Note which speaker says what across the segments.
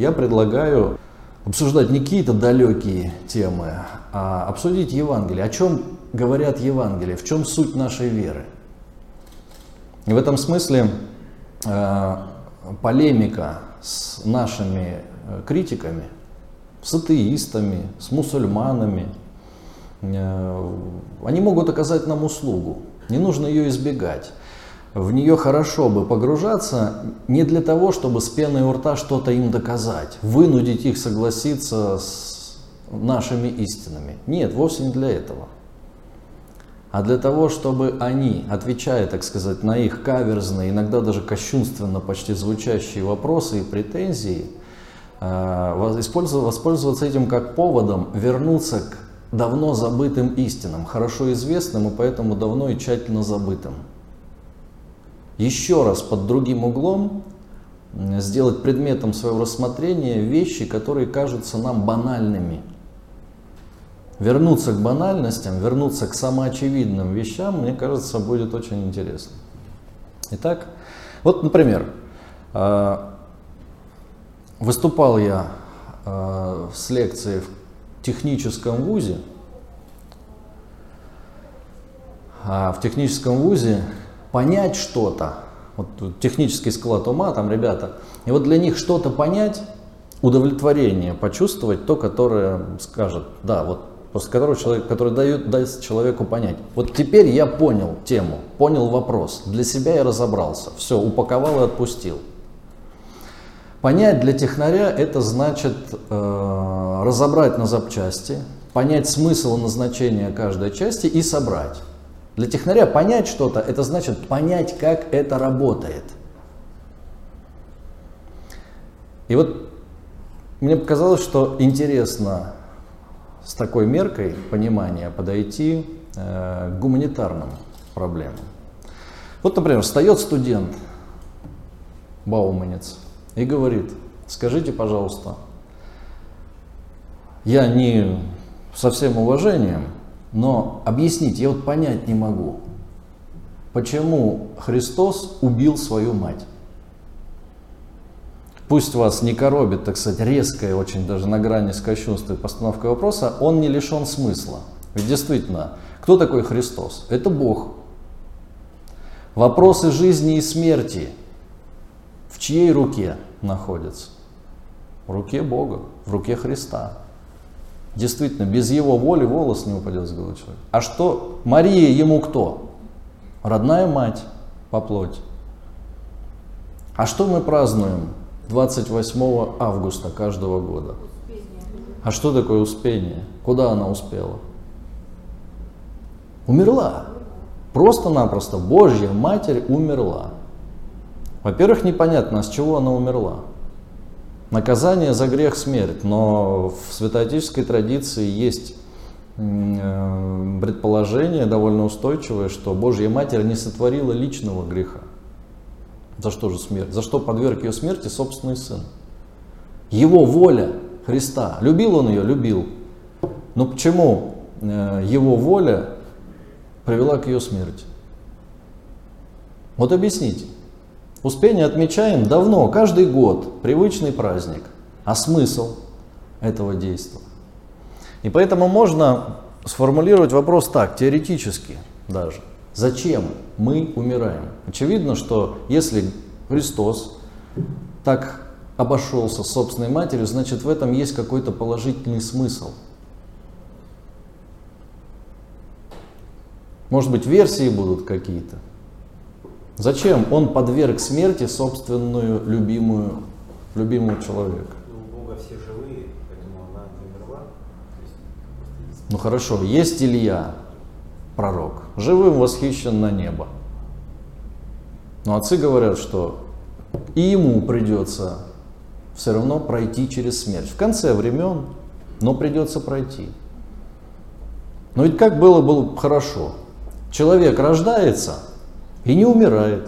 Speaker 1: я предлагаю обсуждать не какие-то далекие темы, а обсудить Евангелие. О чем говорят Евангелия, в чем суть нашей веры. И в этом смысле полемика с нашими критиками, с атеистами, с мусульманами, они могут оказать нам услугу. Не нужно ее избегать. В нее хорошо бы погружаться не для того, чтобы с пеной у рта что-то им доказать, вынудить их согласиться с нашими истинами. Нет, вовсе не для этого. А для того, чтобы они, отвечая, так сказать, на их каверзные, иногда даже кощунственно почти звучащие вопросы и претензии, воспользоваться этим как поводом вернуться к давно забытым истинам, хорошо известным и поэтому давно и тщательно забытым. Еще раз под другим углом сделать предметом своего рассмотрения вещи, которые кажутся нам банальными. Вернуться к банальностям, вернуться к самоочевидным вещам, мне кажется, будет очень интересно. Итак, вот, например, выступал я с лекцией в техническом вузе. А в техническом вузе понять что-то, вот технический склад ума, там ребята, и вот для них что-то понять, удовлетворение почувствовать, то, которое скажет, да, вот после которого человек, который даст человеку понять. Вот теперь я понял тему, понял вопрос, для себя я разобрался, все, упаковал и отпустил. Понять для технаря это значит разобрать на запчасти, понять смысл и назначение каждой части и собрать. Для технаря понять что-то, это значит понять, как это работает. И вот мне показалось, что интересно с такой меркой понимания подойти к гуманитарным проблемам. Вот, например, встает студент, бауманец, и говорит: скажите, пожалуйста, я не со всем уважением, но объясните, я вот понять не могу, почему Христос убил свою мать. Пусть вас не коробит, так сказать, резкая, очень даже на грани с кощунством постановка вопроса, он не лишен смысла. Ведь действительно, кто такой Христос? Это Бог. Вопросы жизни и смерти в чьей руке находятся? В руке Бога, в руке Христа. Действительно, без его воли волос не упадет с головы человека. А что, Мария ему кто? Родная мать по плоти. А что мы празднуем 28 августа каждого года? А что такое успение? Куда она успела? Умерла. Просто-напросто Божья Матерь умерла. Во-первых, непонятно, с чего она умерла. Наказание за грех — смерть, но в святоотеческой традиции есть предположение довольно устойчивое, что Божья Матерь не сотворила личного греха. За что же смерть? За что подверг ее смерти собственный сын? Его воля Христа. Любил он ее? Любил. Но почему его воля привела к ее смерти? Вот объясните. Успение отмечаем давно, каждый год, привычный праздник. А смысл этого действия? И поэтому можно сформулировать вопрос так, теоретически даже. Зачем мы умираем? Очевидно, что если Христос так обошелся с собственной матерью, значит в этом есть какой-то положительный смысл. Может быть, версии будут какие-то. Зачем он подверг смерти собственную любимого человека?
Speaker 2: У Бога все живые, поэтому она не умерла.
Speaker 1: Ну хорошо, есть Илья, пророк, живым восхищен на небо. Но отцы говорят, что и ему придется все равно пройти через смерть. В конце времен, но придется пройти. Но ведь как было бы хорошо. Человек рождается и не умирает.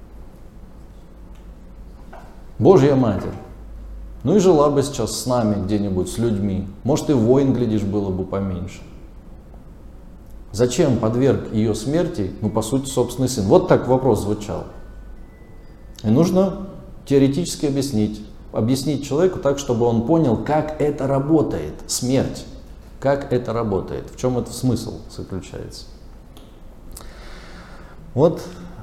Speaker 1: Божья Матерь. Ну и жила бы сейчас с нами где-нибудь, с людьми. Может, и войн, глядишь, было бы поменьше. Зачем подверг ее смерти, ну, по сути, собственный сын? Вот так вопрос звучал. И нужно теоретически объяснить, объяснить человеку так, чтобы он понял, как это работает, смерть, как это работает, в чем этот смысл заключается. Вот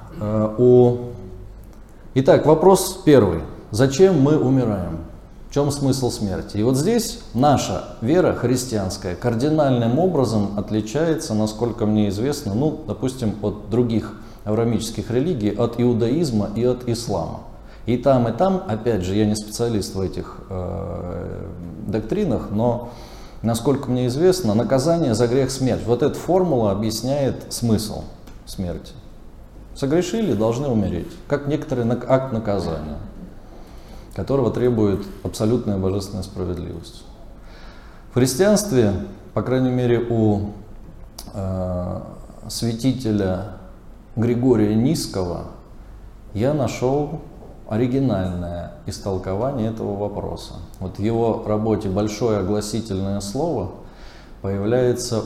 Speaker 1: Итак, вопрос первый. Зачем мы умираем? В чем смысл смерти? И вот здесь наша вера христианская кардинальным образом отличается, насколько мне известно, допустим, от других авраамических религий, от иудаизма и от ислама. И там, опять же, я не специалист в этих доктринах, но, насколько мне известно, наказание за грех — смерть. Вот эта формула объясняет смысл смерти. Согрешили — должны умереть, как некоторый акт наказания, которого требует абсолютная божественная справедливость. В христианстве, по крайней мере у святителя Григория Нисского, я нашел оригинальное истолкование этого вопроса. Вот в его работе «Большое огласительное слово» появляется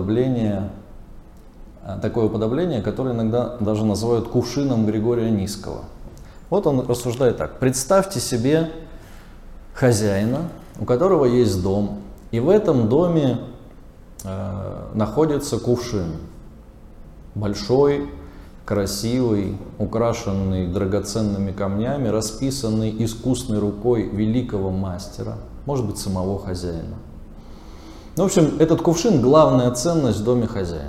Speaker 1: такое уподобление, которое иногда даже называют кувшином Григория Нисского. Вот он рассуждает так. Представьте себе хозяина, у которого есть дом, и в этом доме находится кувшин. Большой, красивый, украшенный драгоценными камнями, расписанный искусной рукой великого мастера, может быть, самого хозяина. В общем, этот кувшин — главная ценность в доме хозяина.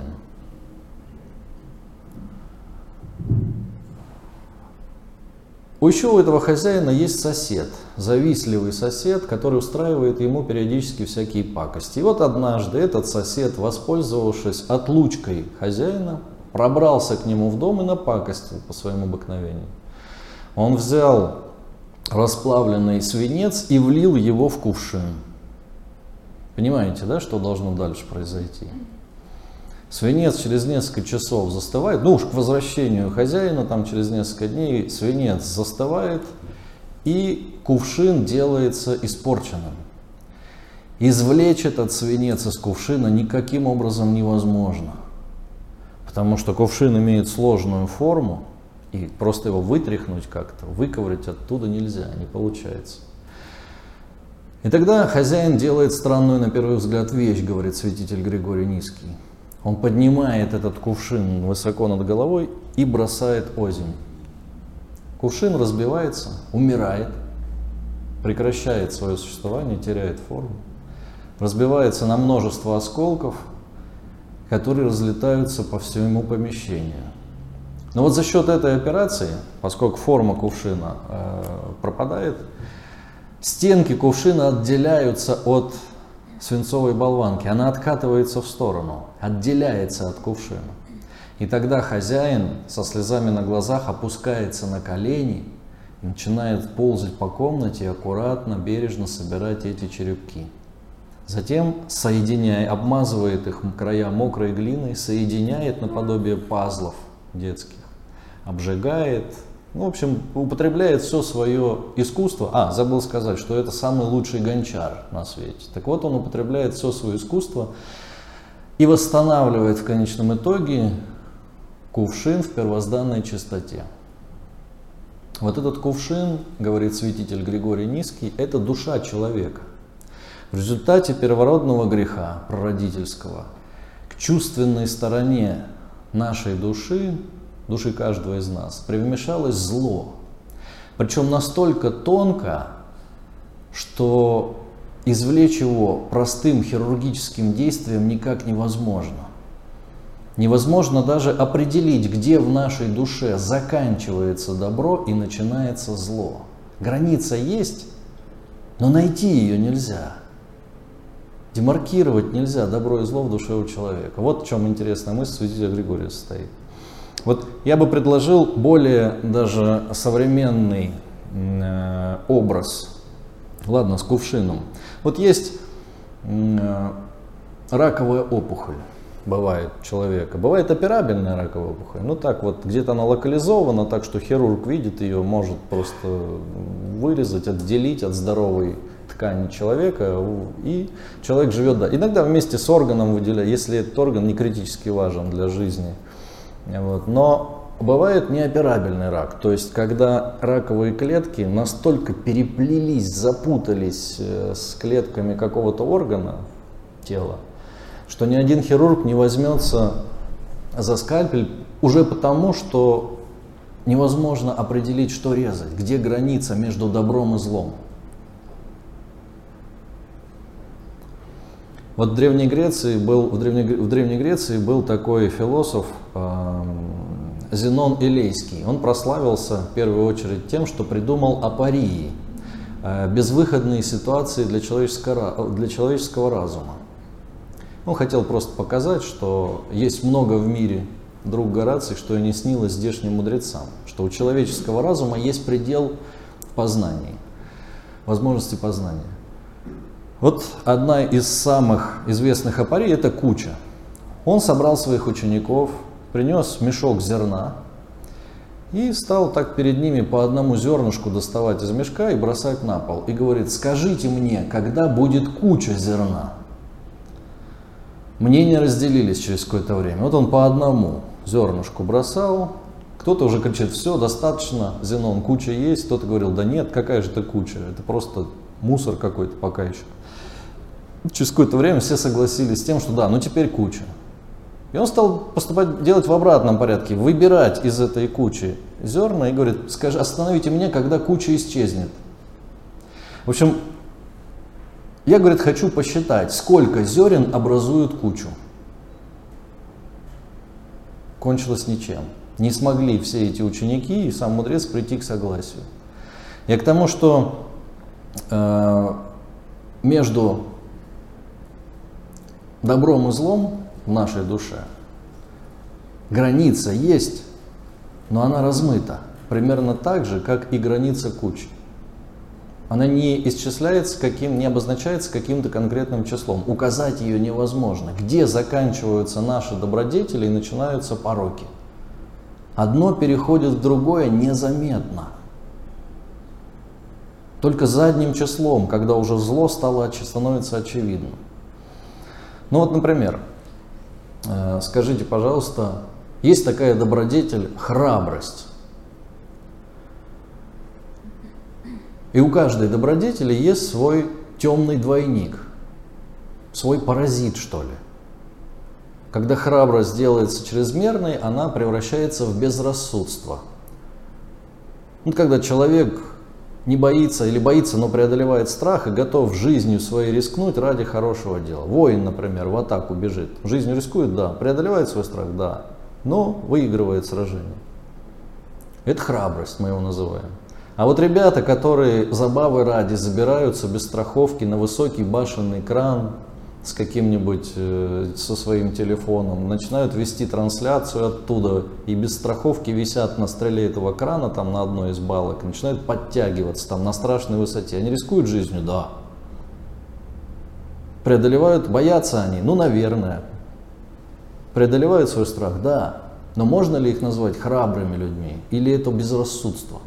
Speaker 1: Еще у этого хозяина есть сосед, завистливый сосед, который устраивает ему периодически всякие пакости. И вот однажды этот сосед, воспользовавшись отлучкой хозяина, пробрался к нему в дом и напакостил по своему обыкновению. Он взял расплавленный свинец и влил его в кувшин. Понимаете, да, что должно дальше произойти? Свинец через несколько часов застывает, уж к возвращению хозяина, там через несколько дней свинец застывает, и кувшин делается испорченным. Извлечь этот свинец из кувшина никаким образом невозможно, потому что кувшин имеет сложную форму, и просто его вытряхнуть как-то, выковырять оттуда нельзя, не получается. И тогда хозяин делает странную на первый взгляд вещь, говорит святитель Григорий Нисский. Он поднимает этот кувшин высоко над головой и бросает озимь. Кувшин разбивается, умирает, прекращает свое существование, теряет форму, разбивается на множество осколков, которые разлетаются по всему помещению. Но вот за счет этой операции, поскольку форма кувшина пропадает, стенки кувшина отделяются от свинцовой болванки, она откатывается в сторону, отделяется от кувшина. И тогда хозяин со слезами на глазах опускается на колени, начинает ползать по комнате и аккуратно, бережно собирать эти черепки. Затем, обмазывает их края мокрой глиной, соединяет наподобие пазлов детских, обжигает, в общем, употребляет все свое искусство. Забыл сказать, что это самый лучший гончар на свете. Так вот, он употребляет все свое искусство и восстанавливает в конечном итоге кувшин в первозданной чистоте. Вот этот кувшин, говорит святитель Григорий Нисский, это душа человека. В результате первородного греха, прародительского, к чувственной стороне нашей души каждого из нас, привмешалось зло. Причем настолько тонко, что извлечь его простым хирургическим действием никак невозможно. Невозможно даже определить, где в нашей душе заканчивается добро и начинается зло. Граница есть, но найти ее нельзя. Демаркировать нельзя добро и зло в душе у человека. Вот в чем интересная мысль святителя Григория состоит. Вот я бы предложил более даже современный образ, с кувшином. Вот есть раковая опухоль, бывает у человека, бывает операбельная раковая опухоль, так вот где-то она локализована, так что хирург видит ее, может просто вырезать, отделить от здоровой ткани человека, и человек живет дальше. Иногда вместе с органом выделяют, если этот орган не критически важен для жизни. Но бывает неоперабельный рак, то есть когда раковые клетки настолько переплелись, запутались с клетками какого-то органа тела, что ни один хирург не возьмется за скальпель уже потому, что невозможно определить, что резать, где граница между добром и злом. Вот в Древней Греции был такой философ Зенон Элейский. Он прославился в первую очередь тем, что придумал апории, безвыходные ситуации для человеческого разума. Он хотел просто показать, что есть много в мире, друг Гораций, что и не снилось здешним мудрецам, что у человеческого разума есть предел в познании, возможности познания. Вот одна из самых известных апорий – это Куча. Он собрал своих учеников, принес мешок зерна и стал так перед ними по одному зернышку доставать из мешка и бросать на пол. И говорит: скажите мне, когда будет куча зерна? Мнения разделились через какое-то время. Вот он по одному зернышку бросал, кто-то уже кричит: все, достаточно, Зенон, куча есть. Кто-то говорил: да нет, какая же это куча, это просто мусор какой-то пока еще. Через какое-то время все согласились с тем, что да, ну теперь куча. И он стал делать в обратном порядке, выбирать из этой кучи зерна и говорит: скажи, остановите меня, когда куча исчезнет. В общем, я, говорит, хочу посчитать, сколько зерен образуют кучу. Кончилось ничем. Не смогли все эти ученики и сам мудрец прийти к согласию. Я к тому, что между добром и злом в нашей душе граница есть, но она размыта. Примерно так же, как и граница кучи. Она не исчисляется, не обозначается каким-то конкретным числом. Указать ее невозможно. Где заканчиваются наши добродетели и начинаются пороки. Одно переходит в другое незаметно. Только задним числом, когда уже зло становится очевидным. Ну вот, например, скажите, пожалуйста, есть такая добродетель – храбрость. И у каждой добродетели есть свой темный двойник, свой паразит, что ли. Когда храбрость делается чрезмерной, она превращается в безрассудство. Вот когда человек не боится или боится, но преодолевает страх и готов жизнью своей рискнуть ради хорошего дела. Воин, например, в атаку бежит. Жизнью рискует, да. Преодолевает свой страх, да. Но выигрывает сражение. Это храбрость, мы его называем. А вот ребята, которые забавы ради забираются без страховки на высокий башенный кран с каким-нибудь, со своим телефоном, начинают вести трансляцию оттуда и без страховки висят на стреле этого крана, там на одной из балок, начинают подтягиваться там на страшной высоте. Они рискуют жизнью? Да. Преодолевают, боятся они? Ну, наверное. Преодолевают свой страх? Да. Но можно ли их назвать храбрыми людьми? Или это безрассудство?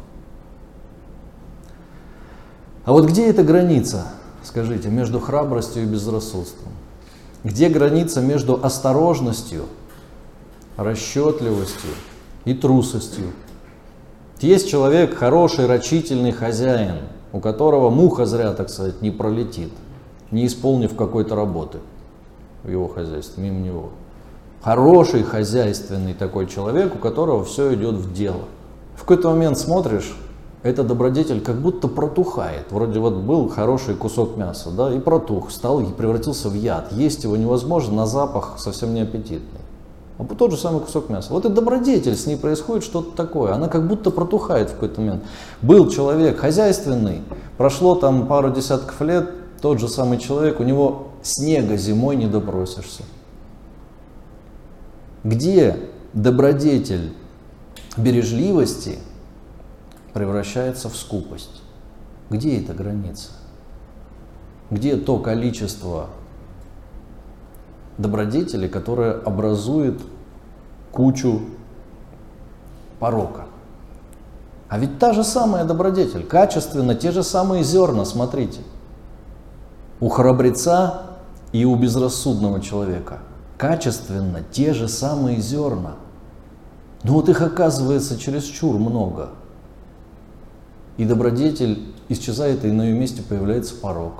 Speaker 1: А вот где эта граница, скажите, между храбростью и безрассудством? Где граница между осторожностью, расчетливостью и трусостью? Есть человек, хороший, рачительный хозяин, у которого муха зря, так сказать, не пролетит, не исполнив какой-то работы в его хозяйстве, мимо него. Хороший, хозяйственный такой человек, у которого все идет в дело. В какой-то момент смотришь, эта добродетель как будто протухает. Вроде вот был хороший кусок мяса, да, и протух, стал и превратился в яд. Есть его невозможно, на запах совсем не аппетитный. А тот же самый кусок мяса. Вот и добродетель, с ней происходит что-то такое. Она как будто протухает в какой-то момент. Был человек хозяйственный, прошло там пару десятков лет, тот же самый человек, у него снега зимой не допросишься. Где добродетель бережливости превращается в скупость? Где эта граница? Где то количество добродетели, которое образует кучу порока? А ведь та же самая добродетель, качественно, те же самые зерна, смотрите. У храбреца и у безрассудного человека качественно те же самые зерна. Но вот их оказывается чересчур много. И добродетель исчезает, и на ее месте появляется порок.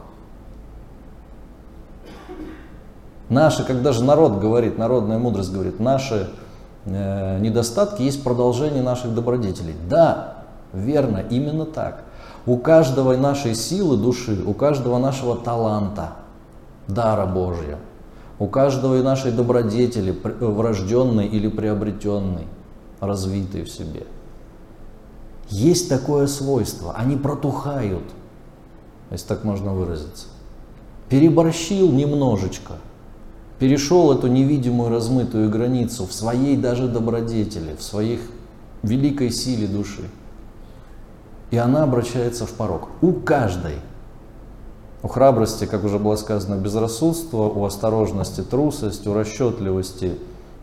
Speaker 1: Наши, когда же народ говорит, народная мудрость говорит, наши недостатки есть продолжение наших добродетелей. Да, верно, именно так. У каждого нашей силы души, у каждого нашего таланта, дара Божия, у каждого и нашей добродетели, врожденной или приобретенной, развитой в себе, есть такое свойство, они протухают, если так можно выразиться. Переборщил немножечко, перешел эту невидимую размытую границу в своей даже добродетели, в своей великой силе души. И она обращается в порок. У каждой. У храбрости, как уже было сказано, безрассудство, у осторожности трусость, у расчетливости,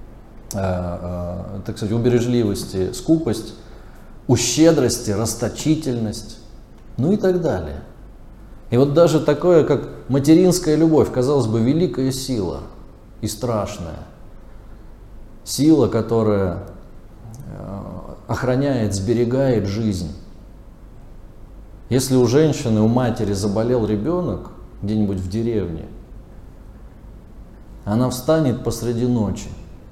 Speaker 1: так сказать, у бережливости скупость, у щедрости расточительность, ну и так далее. И вот даже такое, как материнская любовь, казалось бы, великая сила и страшная. Сила, которая охраняет, сберегает жизнь. Если у женщины, у матери заболел ребенок где-нибудь в деревне, она встанет посреди ночи,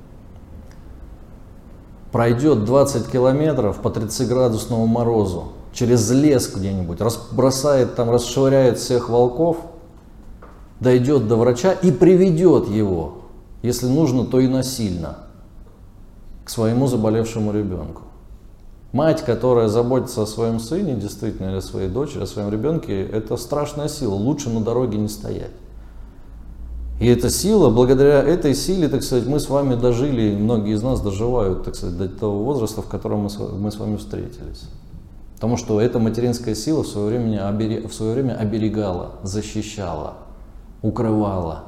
Speaker 1: пройдет 20 километров по 30-градусному морозу, через лес где-нибудь, разбросает там, расшвыряет всех волков, дойдет до врача и приведет его, если нужно, то и насильно, к своему заболевшему ребенку. Мать, которая заботится о своем сыне, действительно, или о своей дочери, о своем ребенке, это страшная сила, лучше на дороге не стоять. И эта сила, благодаря этой силе, так сказать, мы с вами дожили, многие из нас доживают, так сказать, до того возраста, в котором мы с вами встретились. Потому что эта материнская сила в свое время оберегала, защищала, укрывала.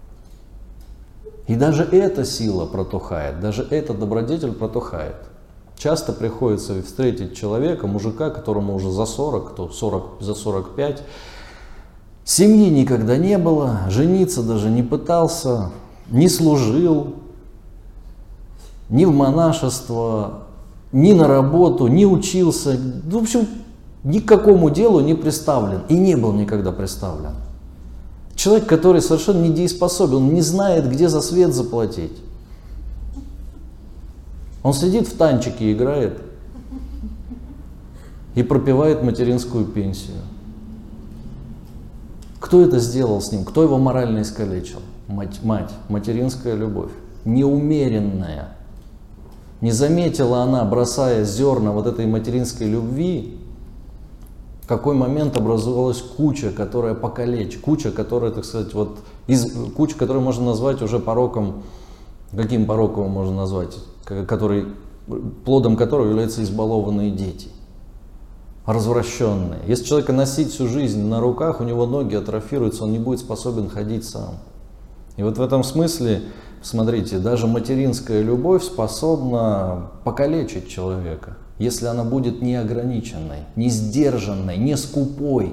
Speaker 1: И даже эта сила протухает, даже эта добродетель протухает. Часто приходится встретить человека, мужика, которому уже за 40, кто 40, за 45, семьи никогда не было, жениться даже не пытался, не служил, ни в монашество, ни на работу, не учился, в общем, ни к какому делу не приставлен и не был никогда приставлен. Человек, который совершенно недееспособен, он не знает, где за свет заплатить. Он сидит в танчике, играет и пропивает материнскую пенсию. Кто это сделал с ним? Кто его морально искалечил? Мать, материнская любовь, неумеренная. Не заметила она, бросая зерна вот этой материнской любви, в какой момент образовалась куча, которая покалечит, куча, которая, так сказать, куча, которую можно назвать уже пороком. Каким пороком можно назвать? Плодом которого являются избалованные дети, развращенные. Если человека носить всю жизнь на руках, у него ноги атрофируются, он не будет способен ходить сам. И вот в этом смысле, смотрите, даже материнская любовь способна покалечить человека, если она будет неограниченной, не сдержанной, не скупой.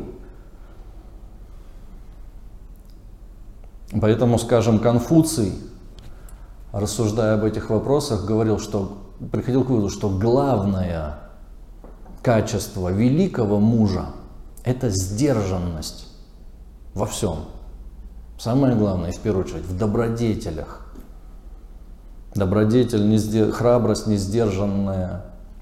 Speaker 1: Поэтому, скажем, Конфуций, рассуждая об этих вопросах, приходил к выводу, что главное качество великого мужа – это сдержанность во всем. Самое главное, в первую очередь, в добродетелях. Добродетель, храбрость, несдержанная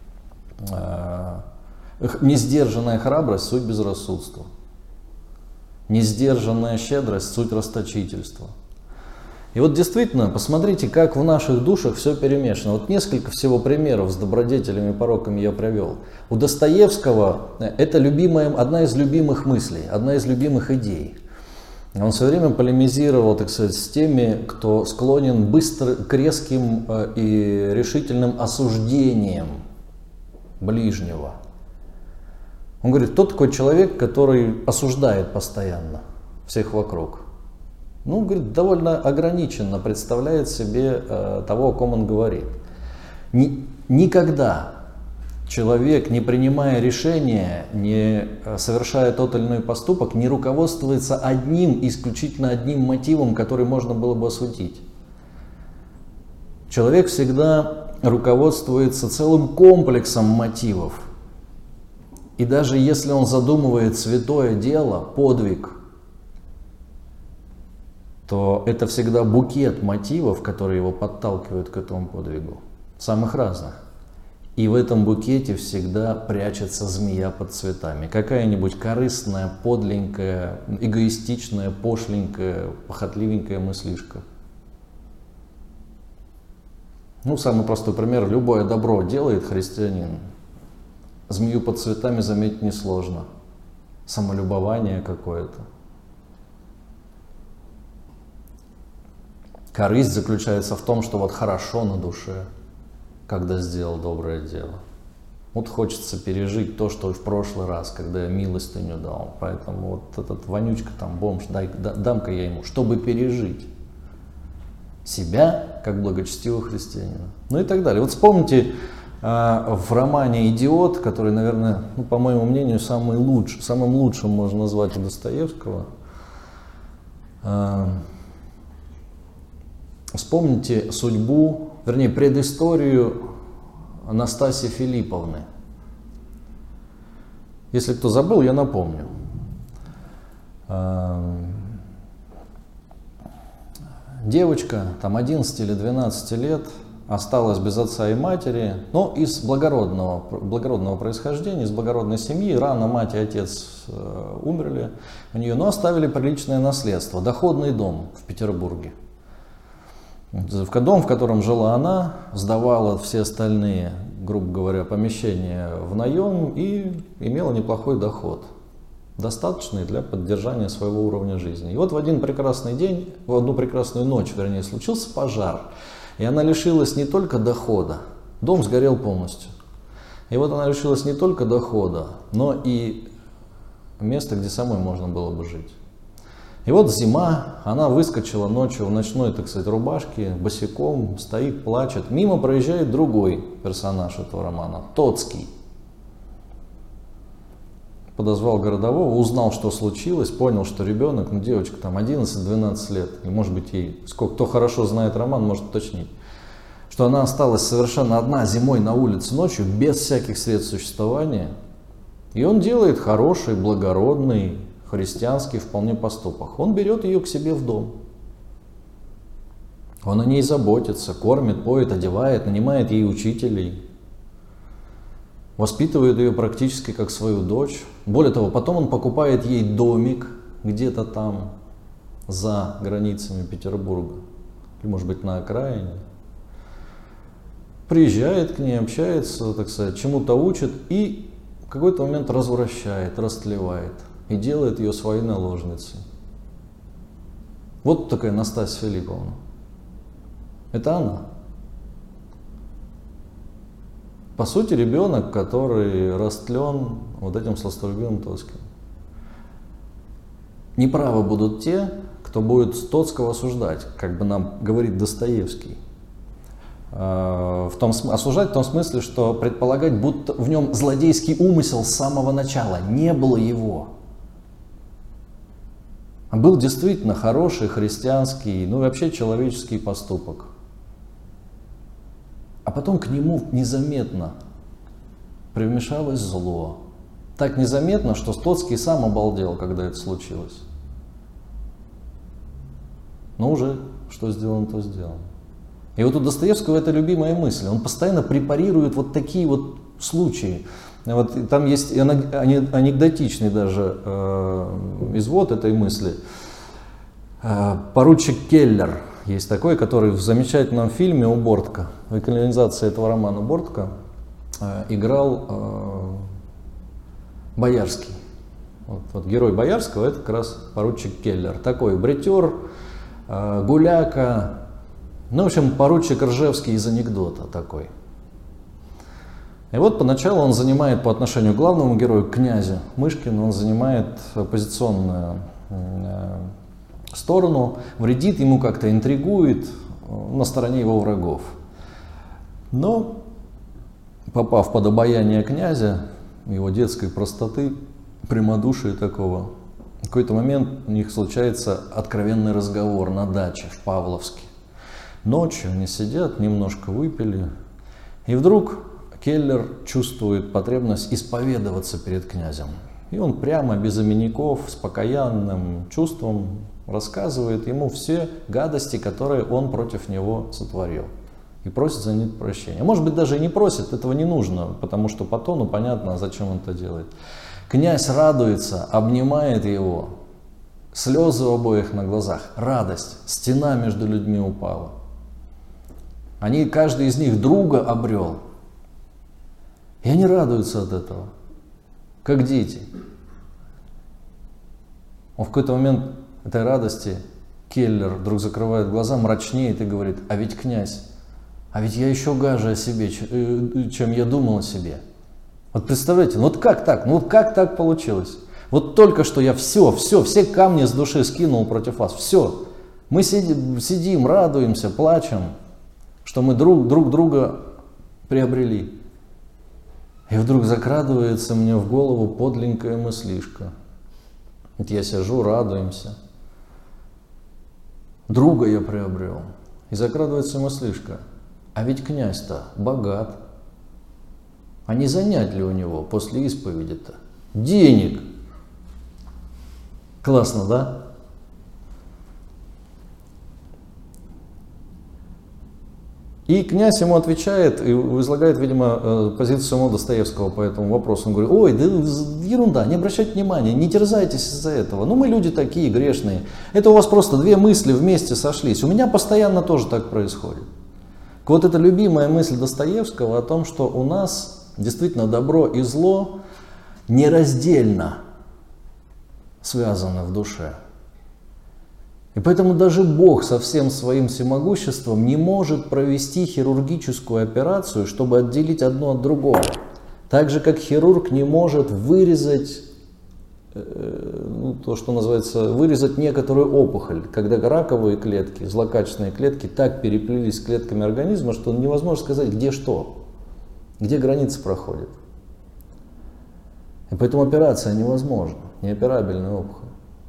Speaker 1: храбрость – суть безрассудства. Несдержанная щедрость – суть расточительства. И вот действительно, посмотрите, как в наших душах все перемешано. Вот несколько всего примеров с добродетелями и пороками я привел. У Достоевского это одна из любимых мыслей, одна из любимых идей. Он все время полемизировал, так сказать, с теми, кто склонен к резким и решительным осуждениям ближнего. Он говорит, кто такой человек, который осуждает постоянно всех вокруг? Ну, говорит, довольно ограниченно представляет себе того, о ком он говорит. Никогда человек, не принимая решения, не совершая тот или иной поступок, не руководствуется исключительно одним мотивом, который можно было бы осудить. Человек всегда руководствуется целым комплексом мотивов. И даже если он задумывает святое дело, подвиг, то это всегда букет мотивов, которые его подталкивают к этому подвигу, самых разных. И в этом букете всегда прячется змея под цветами. Какая-нибудь корыстная, подленькая, эгоистичная, пошленькая, похотливенькая мыслишка. Ну, самый простой пример. Любое добро делает христианин. Змею под цветами заметить несложно. Самолюбование какое-то. Корысть заключается в том, что вот хорошо на душе, когда сделал доброе дело. Вот хочется пережить то, что и в прошлый раз, когда я милостыню дал. Поэтому вот этот вонючка там, бомж, дам-ка я ему, чтобы пережить себя, как благочестивого христианина. Ну и так далее. Вот вспомните в романе «Идиот», который, наверное, ну, по моему мнению, самым лучшим можно назвать у Достоевского. Вспомните судьбу, вернее, предысторию Настасьи Филипповны. Если кто забыл, я напомню. Девочка, там 11 или 12 лет, осталась без отца и матери, но из благородного происхождения, из благородной семьи. Рано мать и отец умерли у нее, но оставили приличное наследство, доходный дом в Петербурге. Дом, в котором жила она, сдавала все остальные, грубо говоря, помещения в наем и имела неплохой доход, достаточный для поддержания своего уровня жизни. И вот в один прекрасный день, в одну прекрасную ночь, вернее, случился пожар, и она лишилась не только дохода, дом сгорел полностью. И вот она лишилась не только дохода, но и места, где самой можно было бы жить. И вот зима, она выскочила ночью в ночной, так сказать, рубашке, босиком, стоит, плачет. Мимо проезжает другой персонаж этого романа, Тоцкий. Подозвал городового, узнал, что случилось, понял, что ребенок, ну девочка там 11-12 лет, и может быть ей, кто хорошо знает роман, может уточнить, что она осталась совершенно одна зимой на улице ночью, без всяких средств существования. И он делает хороший, благородный, христианский вполне поступок. Он берет ее к себе в дом. Он о ней заботится, кормит, поет, одевает, нанимает ей учителей. Воспитывает ее практически как свою дочь. Более того, потом он покупает ей домик где-то там, за границами Петербурга. Или, может быть, на окраине. Приезжает к ней, общается, так сказать, чему-то учит и в какой-то момент развращает, растлевает. И делает ее своей наложницей. Вот такая Настасья Филипповна. Это она. По сути, ребенок, который растлен вот этим сластолюбивым Тоцким. Неправы будут те, кто будет Тоцкого осуждать, как бы нам говорит Достоевский. Осуждать в том смысле, что предполагать, будто в нем злодейский умысел с самого начала. Не было его. Был действительно хороший христианский, ну и вообще человеческий поступок. А потом к нему незаметно примешалось зло. Так незаметно, что Тоцкий сам обалдел, когда это случилось. Но уже что сделано, то сделано. И вот у Достоевского это любимая мысль. Он постоянно препарирует вот такие вот случаи. Вот там есть анекдотичный даже извод этой мысли. Поручик Келлер есть такой, который в замечательном фильме у Бортко, в экранизации этого романа Бортко, играл Боярский. Вот герой Боярского — это как раз поручик Келлер. Такой бретер, гуляка, ну, в общем, поручик Ржевский из анекдота такой. И вот поначалу он занимает по отношению к главному герою, князю Мышкину, он занимает оппозиционную сторону, вредит ему как-то, интригует на стороне его врагов. Но, попав под обаяние князя, его детской простоты, прямодушия такого, в какой-то момент у них случается откровенный разговор на даче в Павловске. Ночью они сидят, немножко выпили, И вдруг Келлер чувствует потребность исповедоваться перед князем. И он прямо, без обиняков, с покаянным чувством рассказывает ему все гадости, которые он против него сотворил. И просит за них прощения. Может быть, даже и не просит, этого не нужно, потому что по тону понятно, зачем он это делает. Князь радуется, обнимает его, слезы у обоих на глазах, радость, стена между людьми упала. Каждый из них друга обрел. И они радуются от этого, как дети. В какой-то момент этой радости Келлер вдруг закрывает глаза, мрачнеет и говорит: а ведь князь, а ведь я еще гаже о себе, чем я думал о себе. Вот представляете, вот как так? Вот как так получилось? Вот только что я все камни с души скинул против вас, все. Мы сидим, радуемся, плачем, что мы друг друга приобрели. И вдруг закрадывается мне в голову подленькая мыслишка. Вот я сижу, радуемся. Друга я приобрел. И закрадывается мыслишка: а ведь князь-то богат. А не занять ли у него после исповеди-то денег? Классно, да? И князь ему отвечает и излагает, видимо, позицию самого Достоевского по этому вопросу. Он говорит: ой, да ерунда, не обращайте внимания, не терзайтесь из-за этого. Ну, мы люди такие грешные. Это у вас просто две мысли вместе сошлись. У меня постоянно тоже так происходит. Вот эта любимая мысль Достоевского о том, что у нас действительно добро и зло нераздельно связаны в душе. И поэтому даже Бог со всем своим всемогуществом не может провести хирургическую операцию, чтобы отделить одно от другого. Так же, как хирург не может вырезать, то, что называется, вырезать некоторую опухоль, когда раковые клетки, злокачественные клетки так переплелись с клетками организма, что невозможно сказать, где что, где граница проходит. И поэтому операция невозможна, неоперабельная опухоль.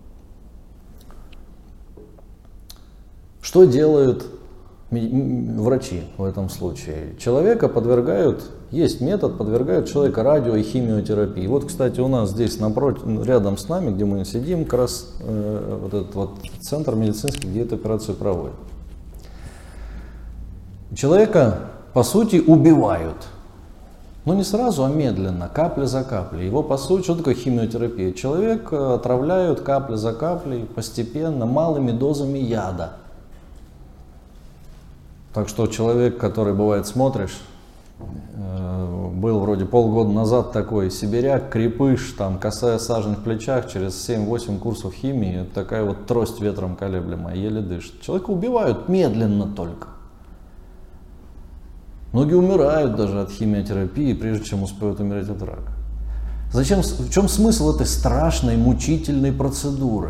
Speaker 1: Что делают врачи в этом случае? Человека подвергают, есть метод, подвергают человека радио- и химиотерапии. Вот, кстати, у нас здесь напротив, рядом с нами, где мы сидим, как раз вот этот вот центр медицинский, где эту операцию проводят. Человека, по сути, убивают. Но не сразу, а медленно, капля за каплей. Его, по сути, что такое химиотерапия? Человека отравляют капля за каплей, постепенно, малыми дозами яда. Так что человек, который, бывает, смотришь, был вроде полгода назад такой сибиряк, крепыш, там, косая сажень в плечах, через 7-8 курсов химии, такая вот трость ветром колеблемая, еле дышит. Человека убивают медленно только. Многие умирают даже от химиотерапии, прежде чем успеют умереть от рака. Зачем, в чем смысл этой страшной, мучительной процедуры?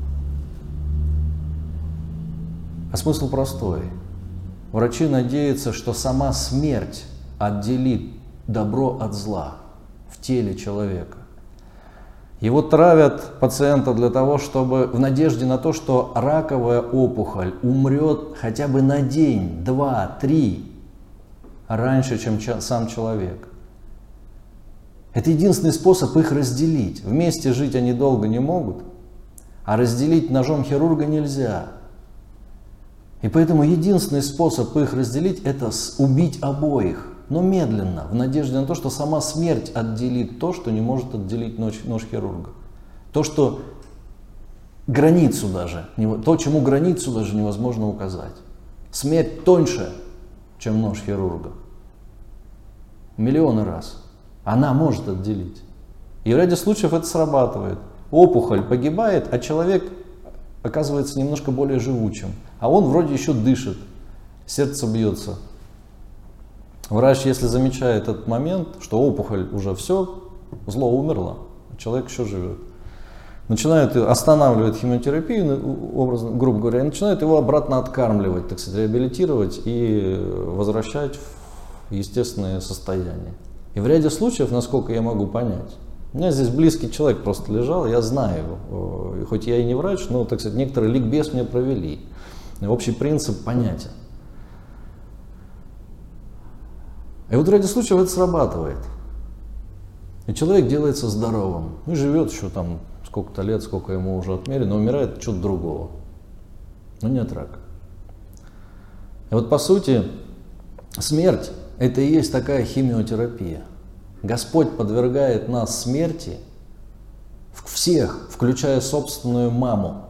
Speaker 1: А смысл простой. Врачи надеются, что сама смерть отделит добро от зла в теле человека. Его травят пациента для того, чтобы в надежде на то, что раковая опухоль умрет хотя бы на день, 2, 3 раньше, чем сам человек. Это единственный способ их разделить. Вместе жить они долго не могут, а разделить ножом хирурга нельзя. И поэтому единственный способ их разделить — это убить обоих, но медленно, в надежде на то, что сама смерть отделит то, что не может отделить нож хирурга. То, что границу даже, то, чему границу даже невозможно указать. Смерть тоньше, чем нож хирурга. Миллионы раз. Она может отделить. И в ряде случаев это срабатывает. Опухоль погибает, а человек оказывается немножко более живучим. А он вроде еще дышит, сердце бьется. Врач, если замечает этот момент, что опухоль уже все, зло умерло, а человек еще живет, начинает останавливать химиотерапию, образно, грубо говоря, и начинает его обратно откармливать, так сказать, реабилитировать и возвращать в естественное состояние. И в ряде случаев, насколько я могу понять, у меня здесь близкий человек просто лежал, я знаю его, хоть я и не врач, но, так сказать, некоторый ликбез мне провели. Общий принцип понятен. И вот ради случая это срабатывает. И человек делается здоровым. И живет еще там сколько-то лет, сколько ему уже отмерено, но умирает от чего-то другого. Но не от рака. И вот по сути, смерть – это и есть такая химиотерапия. Господь подвергает нас смерти, всех, включая собственную маму.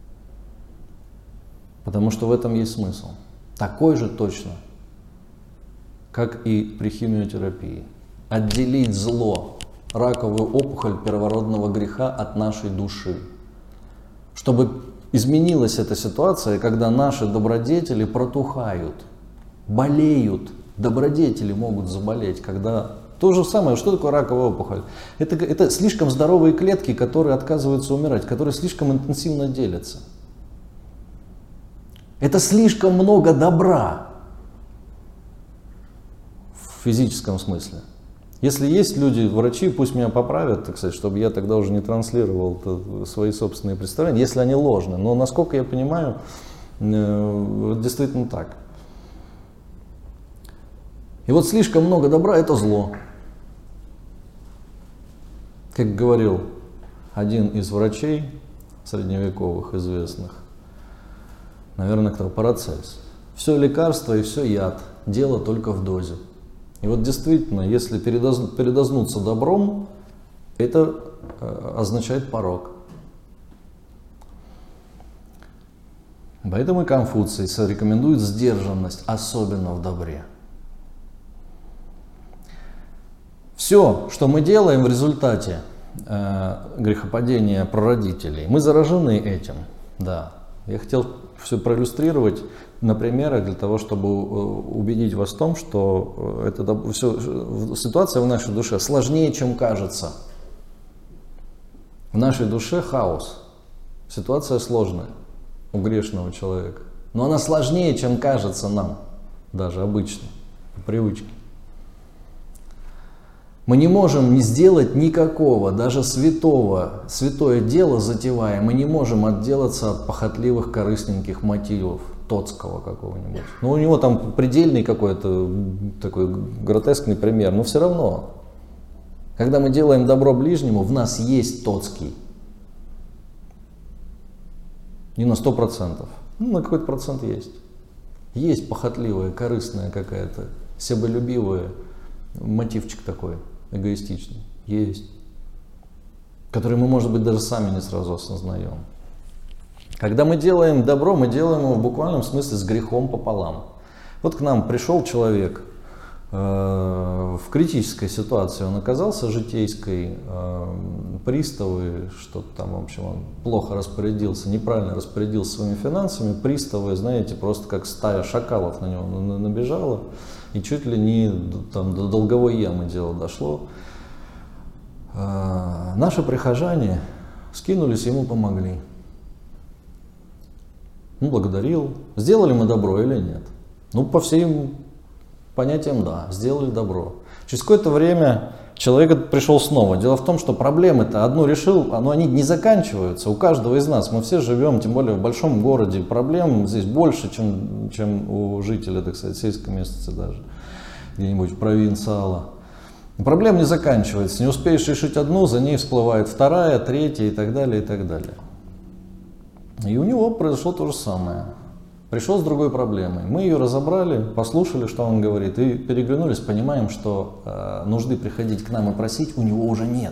Speaker 1: Потому что в этом есть смысл. Такой же точно, как и при химиотерапии. Отделить зло, раковую опухоль первородного греха от нашей души. Чтобы изменилась эта ситуация, когда наши добродетели протухают, болеют. Добродетели могут заболеть, когда... То же самое, что такое раковая опухоль? Это слишком здоровые клетки, которые отказываются умирать, которые слишком интенсивно делятся. Это слишком много добра в физическом смысле. Если есть люди, врачи, пусть меня поправят, так сказать, чтобы я тогда уже не транслировал свои собственные представления, если они ложны. Но насколько я понимаю, действительно так. И вот слишком много добра – это зло. Как говорил один из врачей средневековых известных, наверное, кто? Парацельс. Все лекарство и все яд, дело только в дозе. И вот действительно, если передознуться добром, это означает порок. Поэтому и Конфуций рекомендует сдержанность, особенно в добре. Все, что мы делаем в результате грехопадения прародителей, мы заражены этим. Да. Я хотел все проиллюстрировать на примерах для того, чтобы убедить вас в том, что ситуация в нашей душе сложнее, чем кажется. В нашей душе хаос. Ситуация сложная у грешного человека. Но она сложнее, чем кажется нам, даже обычно, по привычке. Мы не можем не сделать никакого, даже святое дело затевая, мы не можем отделаться от похотливых, корыстненьких мотивов Тоцкого какого-нибудь. Ну, у него там предельный какой-то такой гротескный пример, но все равно, когда мы делаем добро ближнему, в нас есть Тоцкий. Не на 100%, ну, на какой-то процент есть. Есть похотливая, корыстная какая-то, себолюбивая мотивчик такой. Эгоистичный. Есть. Который мы, может быть, даже сами не сразу осознаем. Когда мы делаем добро, мы делаем его в буквальном смысле с грехом пополам. Вот к нам пришел человек в критической ситуации, он оказался житейской, приставы, что-то там, в общем, он плохо распорядился, неправильно распорядился своими финансами, приставы, знаете, просто как стая шакалов на него набежала. И чуть ли не там, до долговой ямы дело дошло. Наши прихожане скинулись, ему помогли. Он благодарил. Сделали мы добро или нет? Ну, по всем понятиям, да, сделали добро. Через какое-то время человек пришел снова. Дело в том, что проблемы-то одну решил, но они не заканчиваются. У каждого из нас, мы все живем, тем более в большом городе, проблем здесь больше, чем у жителя, так сказать, сельской местности даже, где-нибудь в провинциала. Проблем не заканчивается. Не успеешь решить одну, за ней всплывает вторая, третья и так далее, и так далее. И у него произошло то же самое. Пришел с другой проблемой. Мы ее разобрали, послушали, что он говорит, и переглянулись, понимаем, что нужды приходить к нам и просить у него уже нет.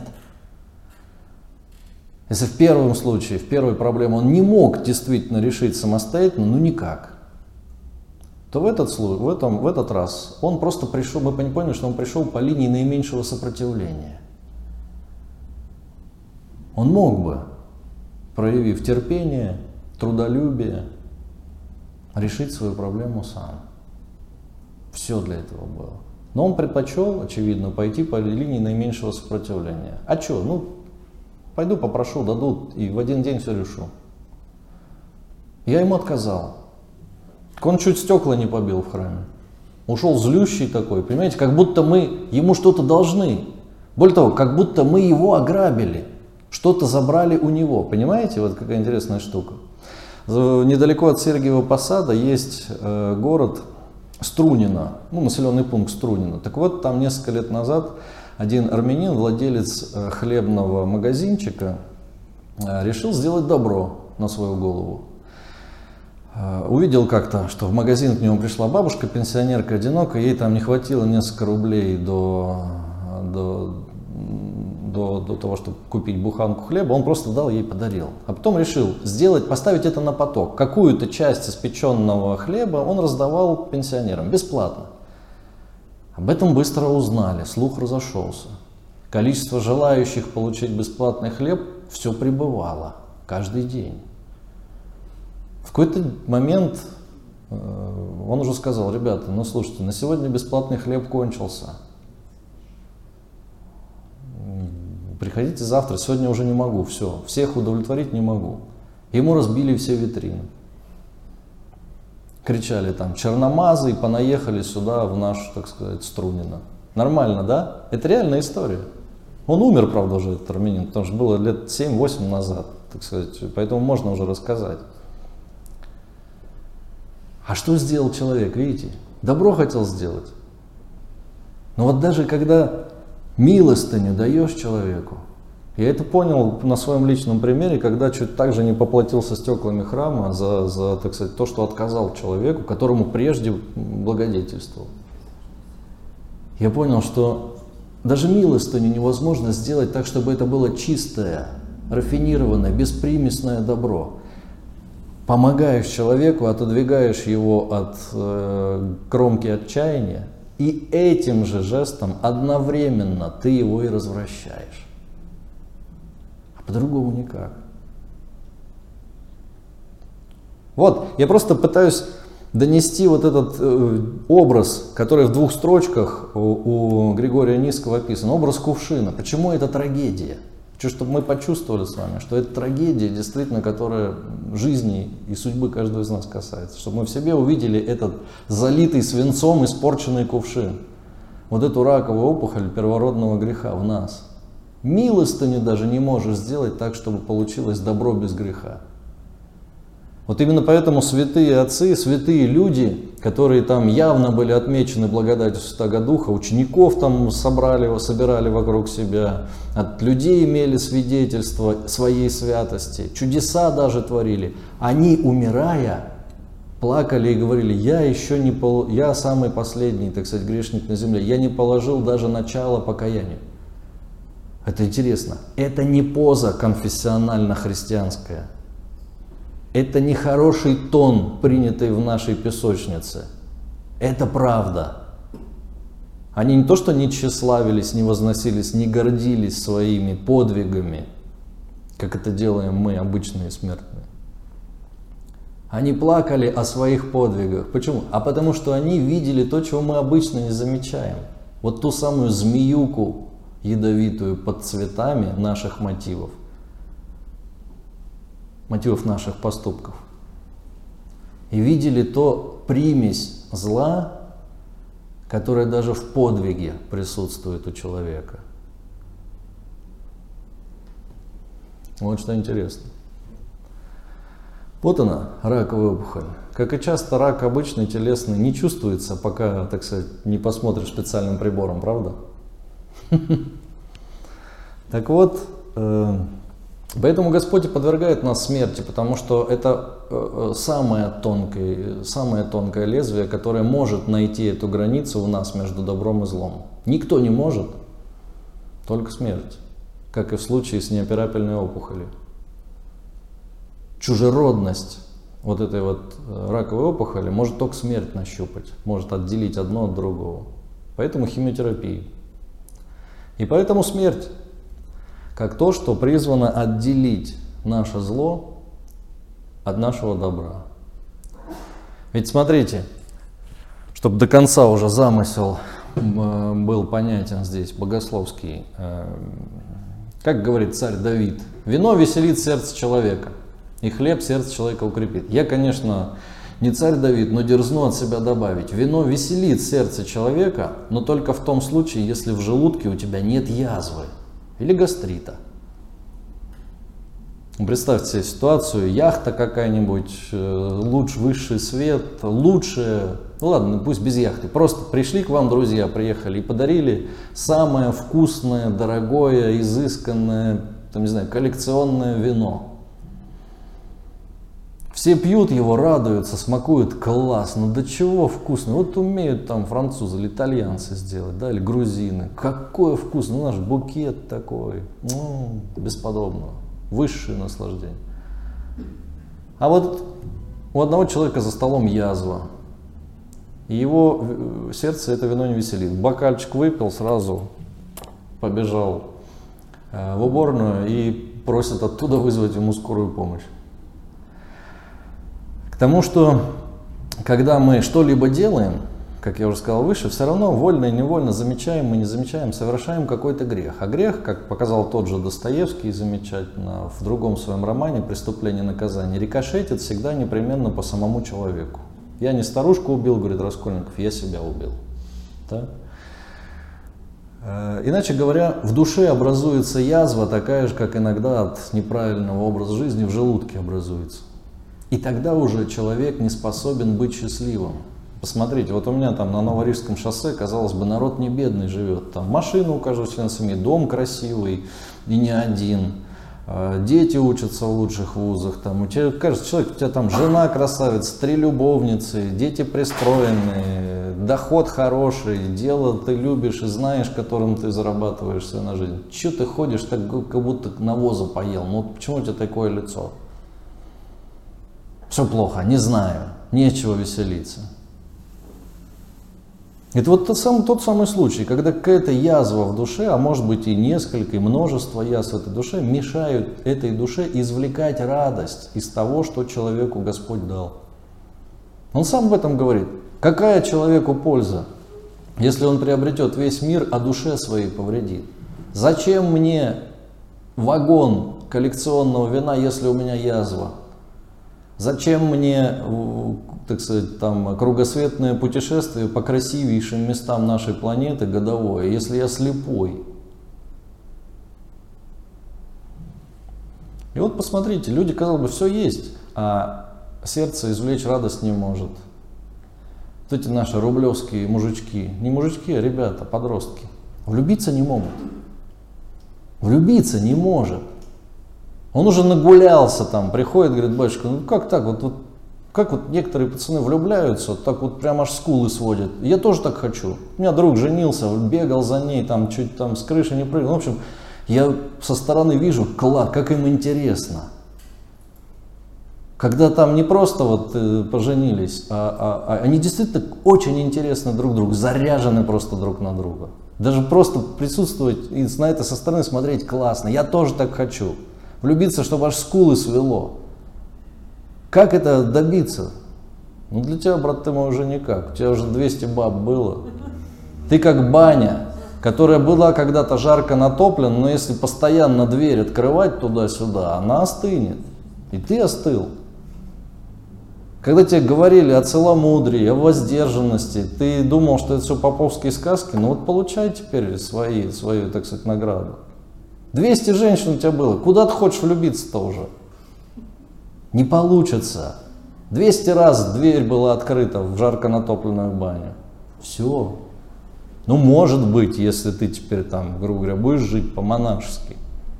Speaker 1: Если в первом случае, в первой проблеме он не мог действительно решить самостоятельно, ну никак, то в этот раз он просто пришел, мы поняли, что он пришел по линии наименьшего сопротивления. Он мог бы, проявив терпение, трудолюбие, решить свою проблему сам. Все для этого было. Но он предпочел, очевидно, пойти по линии наименьшего сопротивления. А что? Ну, пойду попрошу, дадут, и в один день все решу. Я ему отказал. Он чуть стекла не побил в храме. Ушел злющий такой, понимаете, как будто мы ему что-то должны. Более того, как будто мы его ограбили. Что-то забрали у него. Понимаете, вот какая интересная штука. Недалеко от Сергиева Посада есть город Струнино, ну, населенный пункт Струнино. Так вот, там несколько лет назад один армянин, владелец хлебного магазинчика, решил сделать добро на свою голову. Увидел как-то, что в магазин к нему пришла бабушка, пенсионерка, одинокая, ей там не хватило несколько рублей до того, чтобы купить буханку хлеба, он просто дал ей, подарил. А потом решил поставить это на поток. Какую-то часть испеченного хлеба он раздавал пенсионерам бесплатно. Об этом быстро узнали, слух разошелся. Количество желающих получить бесплатный хлеб все прибывало каждый день. В какой-то момент он уже сказал: ребята, ну слушайте, на сегодня бесплатный хлеб кончился. Приходите завтра, сегодня уже не могу, все, всех удовлетворить не могу. Ему разбили все витрины. Кричали там черномазы и понаехали сюда, в наш, так сказать, Струнино. Нормально, да? Это реальная история. Он умер, правда, уже, этот армянин, потому что было лет 7-8 назад, так сказать, поэтому можно уже рассказать. А что сделал человек, видите? Добро хотел сделать. Но вот даже когда милостыню даешь человеку, я это понял на своем личном примере, когда чуть так же не поплатился стеклами храма за, так сказать, то, что отказал человеку, которому прежде благодетельствовал. Я понял, что даже милостыню невозможно сделать так, чтобы это было чистое, рафинированное, беспримесное добро. Помогаешь человеку, отодвигаешь его от кромки отчаяния, и этим же жестом одновременно ты его и развращаешь. А по-другому никак. Вот, я просто пытаюсь донести вот этот образ, который в 2 строчках у Григория Нисского описан, образ кувшина. Почему это трагедия? Хочу, чтобы мы почувствовали с вами, что это трагедия, действительно, которая жизни и судьбы каждого из нас касается. Чтобы мы в себе увидели этот залитый свинцом испорченный кувшин. Вот эту раковую опухоль первородного греха в нас. Милостыню даже не можешь сделать так, чтобы получилось добро без греха. Вот именно поэтому святые отцы, святые люди, которые там явно были отмечены благодатью Святого Духа, учеников там собирали вокруг себя, от людей имели свидетельство своей святости, чудеса даже творили. Они, умирая, плакали и говорили: я самый последний, так сказать, грешник на земле, я не положил даже начала покаянию. Это интересно. Это не поза конфессионально-христианская. Это не хороший тон, принятый в нашей песочнице. Это правда. Они не то что не тщеславились, не возносились, не гордились своими подвигами, как это делаем мы, обычные смертные. Они плакали о своих подвигах. Почему? А потому что они видели то, чего мы обычно не замечаем. Вот ту самую змеюку ядовитую под цветами наших мотивов наших поступков. И видели то примесь зла, которая даже в подвиге присутствует у человека. Вот что интересно. Вот она, раковая опухоль. Как и часто рак обычный, телесный, не чувствуется, пока, так сказать, не посмотришь специальным прибором, правда? Так вот, поэтому Господь и подвергает нас смерти, потому что это самое тонкое лезвие, которое может найти эту границу у нас между добром и злом. Никто не может, только смерть, как и в случае с неоперабельной опухолью. Чужеродность вот этой вот раковой опухоли может только смерть нащупать, может отделить одно от другого. Поэтому химиотерапия. И поэтому смерть, как то, что призвано отделить наше зло от нашего добра. Ведь смотрите, чтобы до конца уже замысел был понятен здесь, богословский. Как говорит царь Давид: «Вино веселит сердце человека, и хлеб сердце человека укрепит». Я, конечно, не царь Давид, но дерзну от себя добавить: вино веселит сердце человека, но только в том случае, если в желудке у тебя нет язвы или гастрита. Представьте себе ситуацию: яхта какая-нибудь, высший свет, лучшее, Ну ладно, пусть без яхты. Просто пришли к вам друзья, приехали и подарили самое вкусное, дорогое, изысканное, там, не знаю, коллекционное вино. Все пьют его, радуются, смакуют, класс, ну до чего вкусно. Вот умеют там французы или итальянцы сделать, да, или грузины. Какое вкусно, ну, наш букет такой, ну, бесподобно, высшее наслаждение. А вот у одного человека за столом язва, и его сердце это вино не веселит. Бокальчик выпил, сразу побежал в уборную и просит оттуда вызвать ему скорую помощь. К тому, что когда мы что-либо делаем, как я уже сказал выше, все равно вольно и невольно замечаем, мы не замечаем, совершаем какой-то грех. А грех, как показал тот же Достоевский замечательно в другом своем романе «Преступление и наказание», рикошетит всегда непременно по самому человеку. Я не старушку убил, говорит Раскольников, я себя убил. Да? Иначе говоря, в душе образуется язва, такая же, как иногда от неправильного образа жизни в желудке образуется. И тогда уже человек не способен быть счастливым. Посмотрите, вот у меня там на Новорижском шоссе, казалось бы, народ не бедный живет. Там машина у каждого члена семьи, дом красивый и не один. Дети учатся в лучших вузах. Там, у тебя, кажется, человек, у тебя там жена красавица, 3 любовницы, дети пристроенные, доход хороший, дело ты любишь и знаешь, которым ты зарабатываешь себе на жизнь. Че ты ходишь, так как будто навоза поел? Ну почему у тебя такое лицо? Все плохо, не знаю, нечего веселиться. Это вот тот самый случай, когда какая-то язва в душе, а может быть и несколько, и множество язв в этой душе, мешают этой душе извлекать радость из того, что человеку Господь дал. Он сам об этом говорит. Какая человеку польза, если он приобретет весь мир, а душе своей повредит? Зачем мне вагон коллекционного вина, если у меня язва? Зачем мне, так сказать, там, кругосветное путешествие по красивейшим местам нашей планеты годовое, если я слепой? И вот посмотрите, люди, казалось бы, все есть, а сердце извлечь радость не может. Вот эти наши рублевские мужички, не мужички, а ребята, подростки, влюбиться не могут. Влюбиться не может. Он уже нагулялся там, приходит, говорит, батюшка, ну как так, как вот некоторые пацаны влюбляются, так вот прям аж скулы сводят. Я тоже так хочу. У меня друг женился, бегал за ней, там чуть там с крыши не прыгал. В общем, я со стороны вижу, класс, как им интересно. Когда там не просто вот поженились, а они действительно очень интересны друг другу, заряжены просто друг на друга. Даже просто присутствовать и на это со стороны смотреть классно. Я тоже так хочу. Влюбиться, чтобы аж скулы свело. Как это добиться? Ну для тебя, брат, ты мой уже никак. У тебя уже 200 баб было. Ты как баня, которая была когда-то жарко натоплена, но если постоянно дверь открывать туда-сюда, она остынет. И ты остыл. Когда тебе говорили о целомудрии, о воздержанности, ты думал, что это все поповские сказки, ну вот получай теперь свою, так сказать, награду. 200 женщин у тебя было, куда ты хочешь влюбиться-то уже? Не получится. 200 раз дверь была открыта в жарко натопленную баню. Все. Ну может быть, если ты теперь там, грубо говоря, будешь жить по-монашески.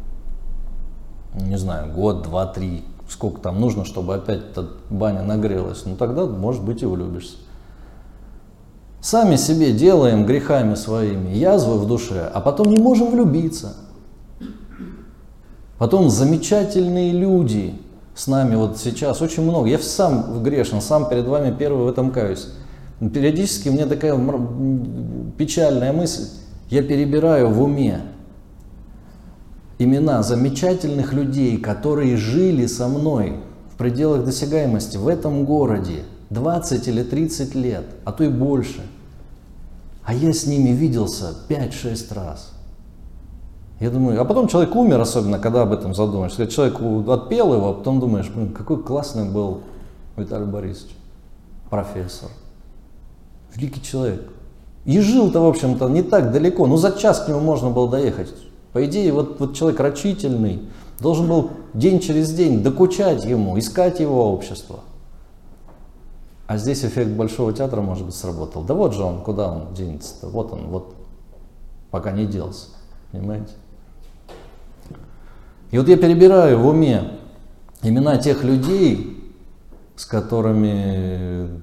Speaker 1: Не знаю, год, 2, 3. Сколько там нужно, чтобы опять эта баня нагрелась. Ну тогда, может быть, и влюбишься. Сами себе делаем грехами своими язвы в душе, а потом не можем влюбиться. Потом замечательные люди с нами вот сейчас, очень много. Я сам грешен, сам перед вами первый в этом каюсь. Периодически мне такая печальная мысль, я перебираю в уме имена замечательных людей, которые жили со мной в пределах досягаемости в этом городе 20 или 30 лет, а то и больше. А я с ними виделся 5-6 раз. Я думаю, а потом человек умер, особенно когда об этом задумаешься. Когда человек отпел его, а потом думаешь, какой классный был Виталий Борисович, профессор, великий человек. И жил-то, в общем-то, не так далеко, ну за час к нему можно было доехать. По идее, вот человек рачительный должен был день через день докучать ему, искать его общество. А здесь эффект Большого театра, может быть, сработал. Да вот же он, куда он денется-то? Вот он, вот, пока не делся. Понимаете? И вот я перебираю в уме имена тех людей, с которыми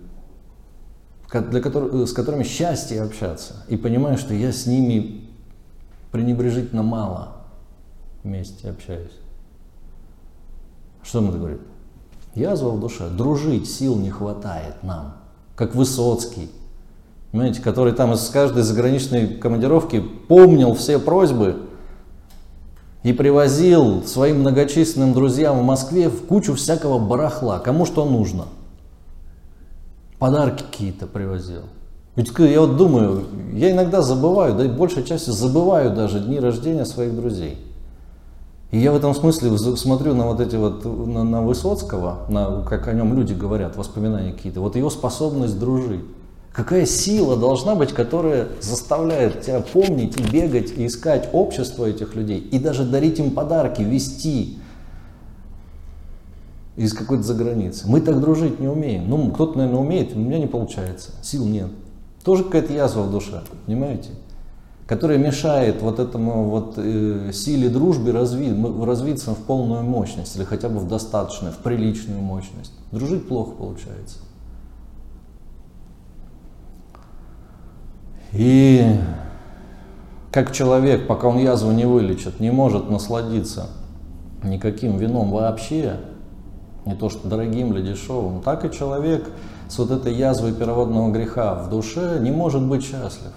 Speaker 1: счастье общаться. И понимаю, что я с ними пренебрежительно мало вместе общаюсь. Что мы говорим? Язва в душе. Дружить сил не хватает нам. Как Высоцкий, понимаете, который там из каждой заграничной командировки помнил все просьбы и привозил своим многочисленным друзьям в Москве в кучу всякого барахла. Кому что нужно. Подарки какие-то привозил. Ведь я вот думаю, я иногда забываю, да и большей частью забываю даже дни рождения своих друзей. И я в этом смысле смотрю на вот эти вот, на Высоцкого, на, как о нем люди говорят, воспоминания какие-то, вот его способность дружить. Какая сила должна быть, которая заставляет тебя помнить и бегать, и искать общество этих людей, и даже дарить им подарки, везти из какой-то заграницы. Мы так дружить не умеем. Ну, кто-то, наверное, умеет, у меня не получается, сил нет. Тоже какая-то язва в душе, понимаете? Которая мешает вот этому вот силе дружбы развиться в полную мощность, или хотя бы в достаточную, в приличную мощность. Дружить плохо получается. И как человек, пока он язву не вылечит, не может насладиться никаким вином вообще, не то что дорогим или дешевым, так и человек с вот этой язвой первородного греха в душе не может быть счастлив.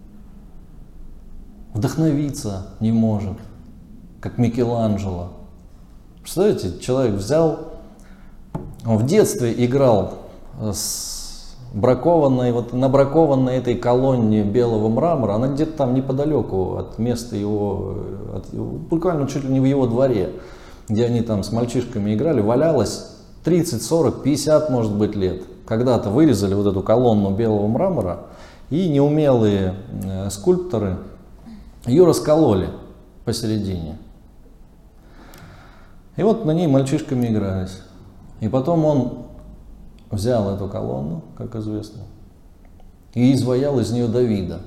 Speaker 1: Вдохновиться не может, как Микеланджело. Представляете, человек взял, он в детстве играл с бракованной, вот на бракованной этой колонне белого мрамора, она где-то там неподалеку от места его, буквально чуть ли не в его дворе, где они там с мальчишками играли, валялась 30, 40, 50, может быть, лет. Когда-то вырезали вот эту колонну белого мрамора, и неумелые скульпторы ее раскололи посередине. И вот на ней мальчишками игрались. И потом он взял эту колонну, как известно, и изваял из нее Давида,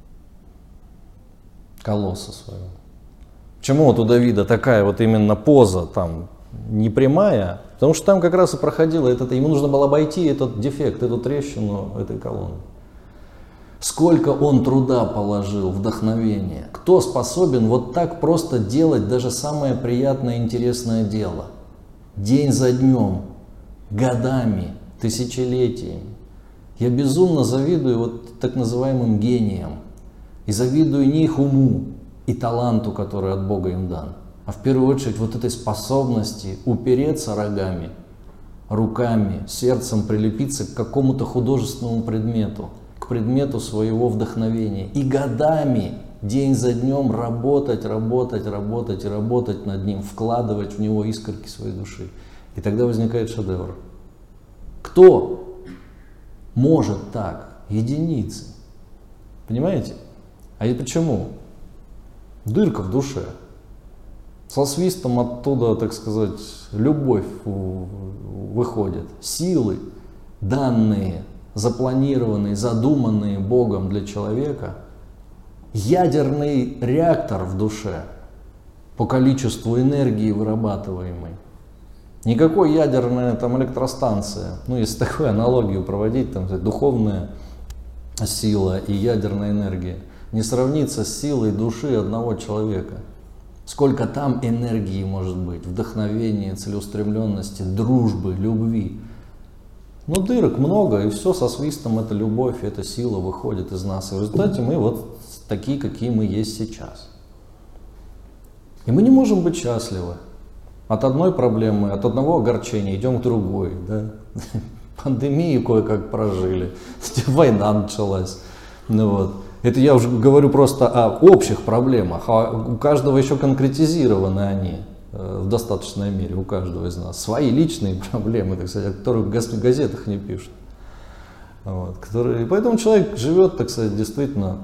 Speaker 1: колосса своего. Почему вот у Давида такая вот именно поза там не прямая? Потому что там как раз и проходило, ему нужно было обойти этот дефект, эту трещину этой колонны. Сколько он труда положил, вдохновения. Кто способен вот так просто делать даже самое приятное и интересное дело? День за днем, годами, тысячелетиями. Я безумно завидую вот так называемым гениям. И завидую не их уму и таланту, который от Бога им дан, а в первую очередь вот этой способности упереться рогами, руками, сердцем прилепиться к какому-то художественному предмету, к предмету своего вдохновения. И годами, день за днем работать над ним, вкладывать в него искорки своей души. И тогда возникает шедевр. Кто может так? Единицы. Понимаете? А и почему? Дырка в душе. Со свистом оттуда, так сказать, любовь выходит. Силы, данные, запланированные, задуманные Богом для человека. Ядерный реактор в душе по количеству энергии вырабатываемой. Никакой ядерная там электростанция, ну если такую аналогию проводить, там духовная сила и ядерная энергия, не сравнится с силой души одного человека. Сколько там энергии может быть, вдохновения, целеустремленности, дружбы, любви. Но дырок много, и все со свистом, эта любовь, эта сила выходит из нас. И в результате мы вот такие, какие мы есть сейчас. И мы не можем быть счастливы. От одной проблемы, от одного огорчения идем к другой. Да? Пандемию кое-как прожили, война началась. Ну, вот. Это я уже говорю просто о общих проблемах, а у каждого еще конкретизированы они в достаточной мере, у каждого из нас. Свои личные проблемы, так сказать, о которых в газетах не пишут. Вот, которые... Поэтому человек живет, так сказать, действительно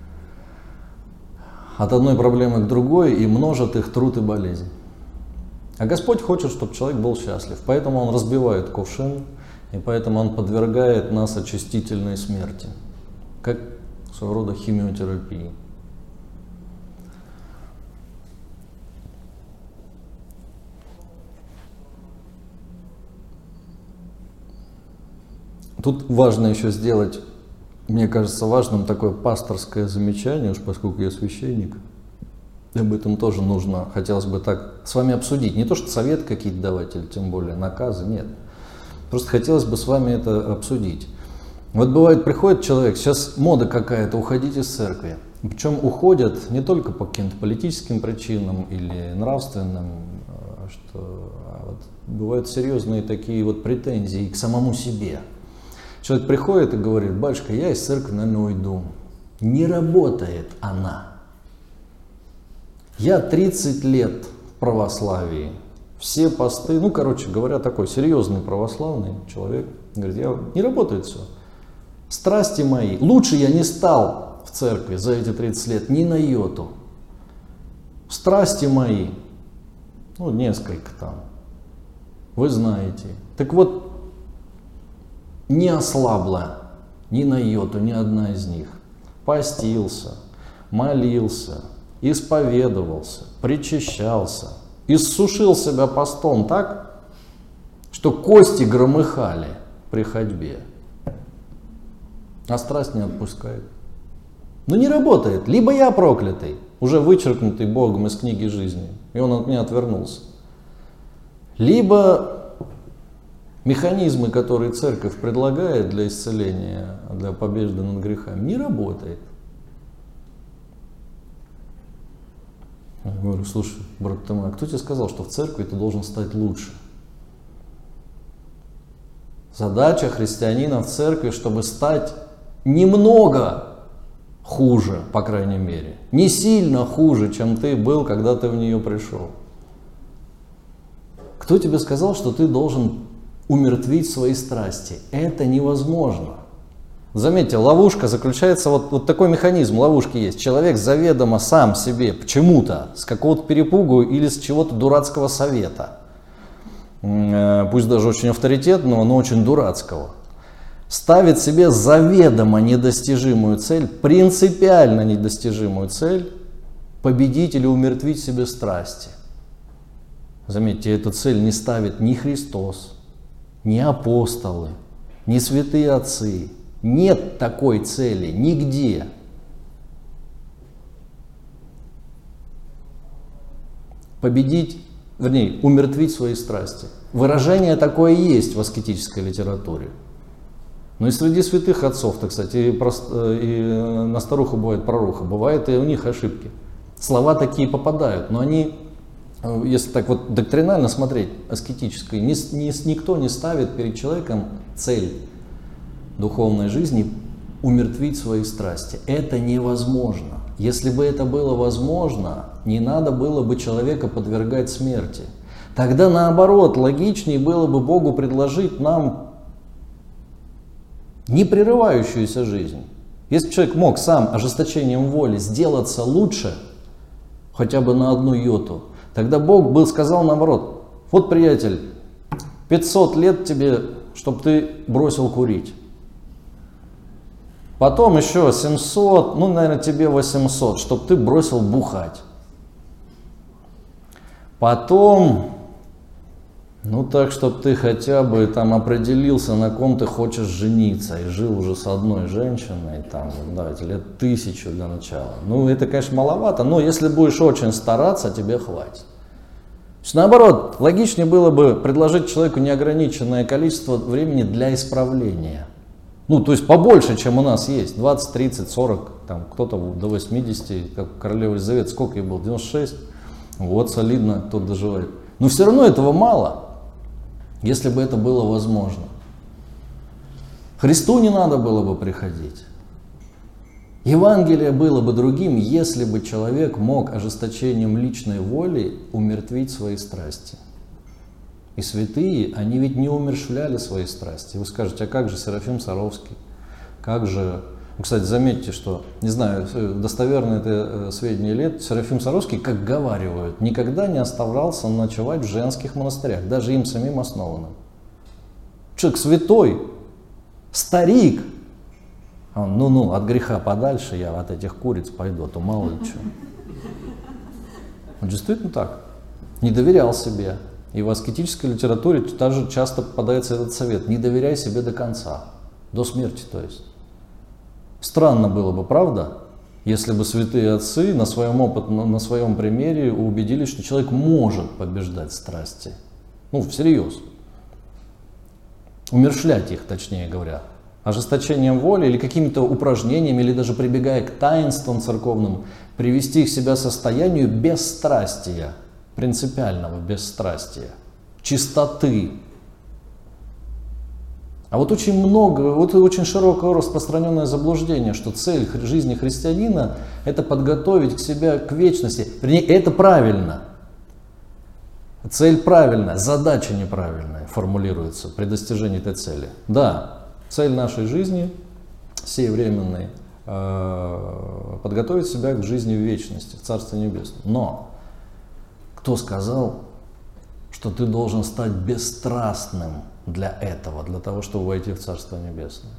Speaker 1: от одной проблемы к другой и множит их труд и болезнь. А Господь хочет, чтобы человек был счастлив. Поэтому Он разбивает кувшин, и поэтому Он подвергает нас очистительной смерти, как своего рода химиотерапии. Тут важно еще сделать, мне кажется, важным такое пасторское замечание, уж поскольку я священник. Об этом тоже нужно, хотелось бы так с вами обсудить. Не то, что совет какие-то давать, или тем более наказы, нет. Просто хотелось бы с вами это обсудить. Вот бывает, приходит человек, сейчас мода какая-то, уходить из церкви. Причем уходят не только по каким-то политическим причинам или нравственным, а вот бывают серьезные такие вот претензии к самому себе. Человек приходит и говорит: батюшка, я из церкви, наверное, уйду. Не работает она. Я 30 лет в православии, все посты, ну, короче говоря, такой серьезный православный человек, говорит, не работает все. Страсти мои, лучше я не стал в церкви за эти 30 лет ни на йоту. Страсти мои, ну, несколько там, вы знаете. Так вот, не ослабла ни на йоту, ни одна из них. Постился, молился, исповедовался, причащался, иссушил себя постом так, что кости громыхали при ходьбе, а страсть не отпускает. Но не работает. Либо я проклятый, уже вычеркнутый Богом из книги жизни, и Он от меня отвернулся. Либо механизмы, которые церковь предлагает для исцеления, для победы над грехами, не работает. Я говорю: слушай, брат Тома, а кто тебе сказал, что в церкви ты должен стать лучше? Задача христианина в церкви, чтобы стать немного хуже, по крайней мере. Не сильно хуже, чем ты был, когда ты в нее пришел. Кто тебе сказал, что ты должен умертвить свои страсти? Это невозможно. Заметьте, ловушка заключается, вот такой механизм ловушки есть. Человек заведомо сам себе почему-то, с какого-то перепугу или с чего-то дурацкого совета, пусть даже очень авторитетного, но очень дурацкого, ставит себе заведомо недостижимую цель, принципиально недостижимую цель победить или умертвить себе страсти. Заметьте, эту цель не ставит ни Христос, ни апостолы, ни святые отцы. Нет такой цели нигде. Победить, вернее, умертвить свои страсти. Выражение такое есть в аскетической литературе. Но и среди святых отцов-то, кстати, и на старуху бывает проруха, бывает и у них ошибки. Слова такие попадают, но они, если так вот доктринально смотреть, аскетической, никто не ставит перед человеком цель духовной жизни умертвить свои страсти. Это невозможно. Если бы это было возможно, не надо было бы человека подвергать смерти. Тогда наоборот, логичнее было бы Богу предложить нам непрерывающуюся жизнь. Если бы человек мог сам ожесточением воли сделаться лучше, хотя бы на одну йоту, тогда Бог бы сказал наоборот: вот, приятель, 500 лет тебе, чтобы ты бросил курить. Потом еще 700, ну, наверное, тебе 800, чтобы ты бросил бухать. Потом, ну, так, чтобы ты хотя бы там определился, на ком ты хочешь жениться, и жил уже с одной женщиной, там, давайте, лет 1000 для начала. Ну, это, конечно, маловато, но если будешь очень стараться, тебе хватит. То есть, наоборот, логичнее было бы предложить человеку неограниченное количество времени для исправления. Ну, то есть побольше, чем у нас есть. 20, 30, 40, там, кто-то до 80, как королева Елизавета, сколько ей было? 96? Вот, солидно, кто доживает. Но все равно этого мало, если бы это было возможно. Христу не надо было бы приходить. Евангелие было бы другим, если бы человек мог ожесточением личной воли умертвить свои страсти. И святые, они ведь не умерщвляли свои страсти. Вы скажете, а как же Серафим Саровский? Как же Кстати, заметьте, что, не знаю, достоверно это сведения лет, Серафим Саровский, как говаривают, никогда не оставлялся ночевать в женских монастырях, даже им самим основанным. Человек святой, старик. Он, ну, от греха подальше, я от этих куриц пойду, а то мало ли что. Он действительно так. Не доверял себе. И в аскетической литературе тоже часто попадается этот совет. Не доверяй себе до конца. До смерти, то есть. Странно было бы, правда, если бы святые отцы на своем опыте, на своем примере убедились, что человек может побеждать страсти. Ну, всерьез. Умерщвлять их, точнее говоря. Ожесточением воли или какими-то упражнениями, или даже прибегая к таинствам церковным, привести их себя к состоянию бесстрастия, принципиального бесстрастия, чистоты. А вот очень много, вот очень широкое распространенное заблуждение, что цель жизни христианина – это подготовить к себя к вечности. Вернее, это правильно. Цель правильная, задача неправильная формулируется при достижении этой цели. Да, цель нашей жизни, сей временной, подготовить себя к жизни в вечности, в Царстве Небесном. Но кто сказал, что ты должен стать бесстрастным для этого, для того, чтобы войти в Царство Небесное?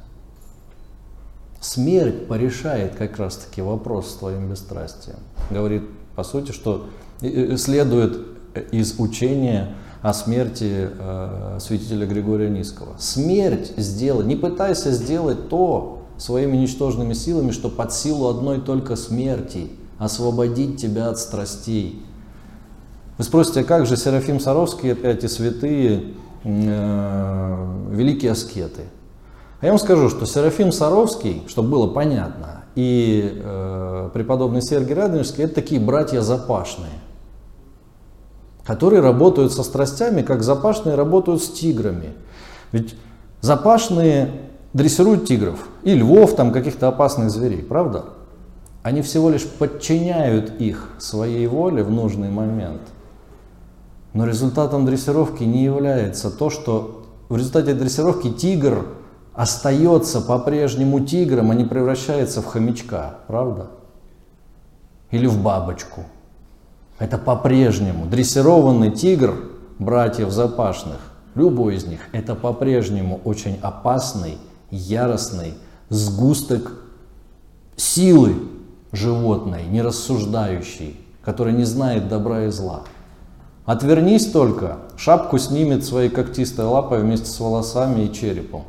Speaker 1: Смерть порешает как раз-таки вопрос с твоим бесстрастием. Говорит, по сути, что следует из учения о смерти святителя Григория Нисского. Смерть сделай, не пытайся сделать то своими ничтожными силами, что под силу одной только смерти освободить тебя от страстей. Вы спросите, а как же Серафим Саровский, опять и святые, великие аскеты? А я вам скажу, что Серафим Саровский, чтобы было понятно, и преподобный Сергий Радонежский – это такие братья запашные, которые работают со страстями, как запашные работают с тиграми. Ведь запашные дрессируют тигров и львов, там каких-то опасных зверей, правда? Они всего лишь подчиняют их своей воле в нужный момент. Но результатом дрессировки не является то, что в результате дрессировки тигр остается по-прежнему тигром, а не превращается в хомячка, правда? Или в бабочку. Это по-прежнему. Дрессированный тигр, братьев запашных, любой из них, это по-прежнему очень опасный, яростный сгусток силы животной, нерассуждающий, который не знает добра и зла. Отвернись только, шапку снимет своей когтистой лапой вместе с волосами и черепом.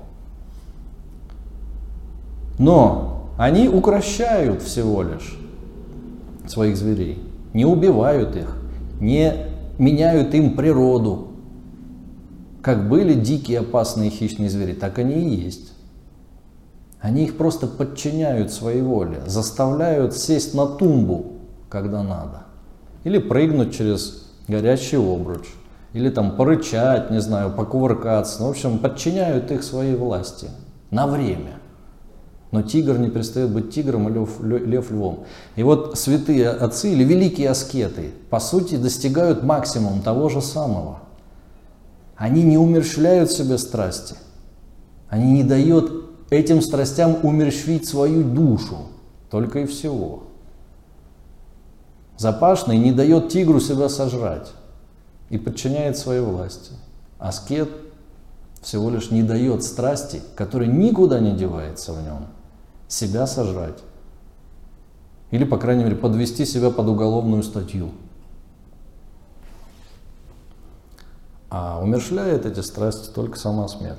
Speaker 1: Но они укрощают всего лишь своих зверей, не убивают их, не меняют им природу. Как были дикие опасные хищные звери, так они и есть. Они их просто подчиняют своей воле, заставляют сесть на тумбу, когда надо. Или прыгнуть через горячий обруч, или там порычать, не знаю, покувыркаться. Ну, в общем, подчиняют их своей власти на время. Но тигр не перестает быть тигром, а лев львом. И вот святые отцы или великие аскеты, по сути, достигают максимум того же самого. Они не умерщвляют в себе страсти. Они не дают этим страстям умерщвить свою душу. Только и всего. Запашный не дает тигру себя сожрать и подчиняет своей власти. Аскет всего лишь не дает страсти, которая никуда не девается в нем, себя сожрать. Или, по крайней мере, подвести себя под уголовную статью. А умерщвляет эти страсти только сама смерть.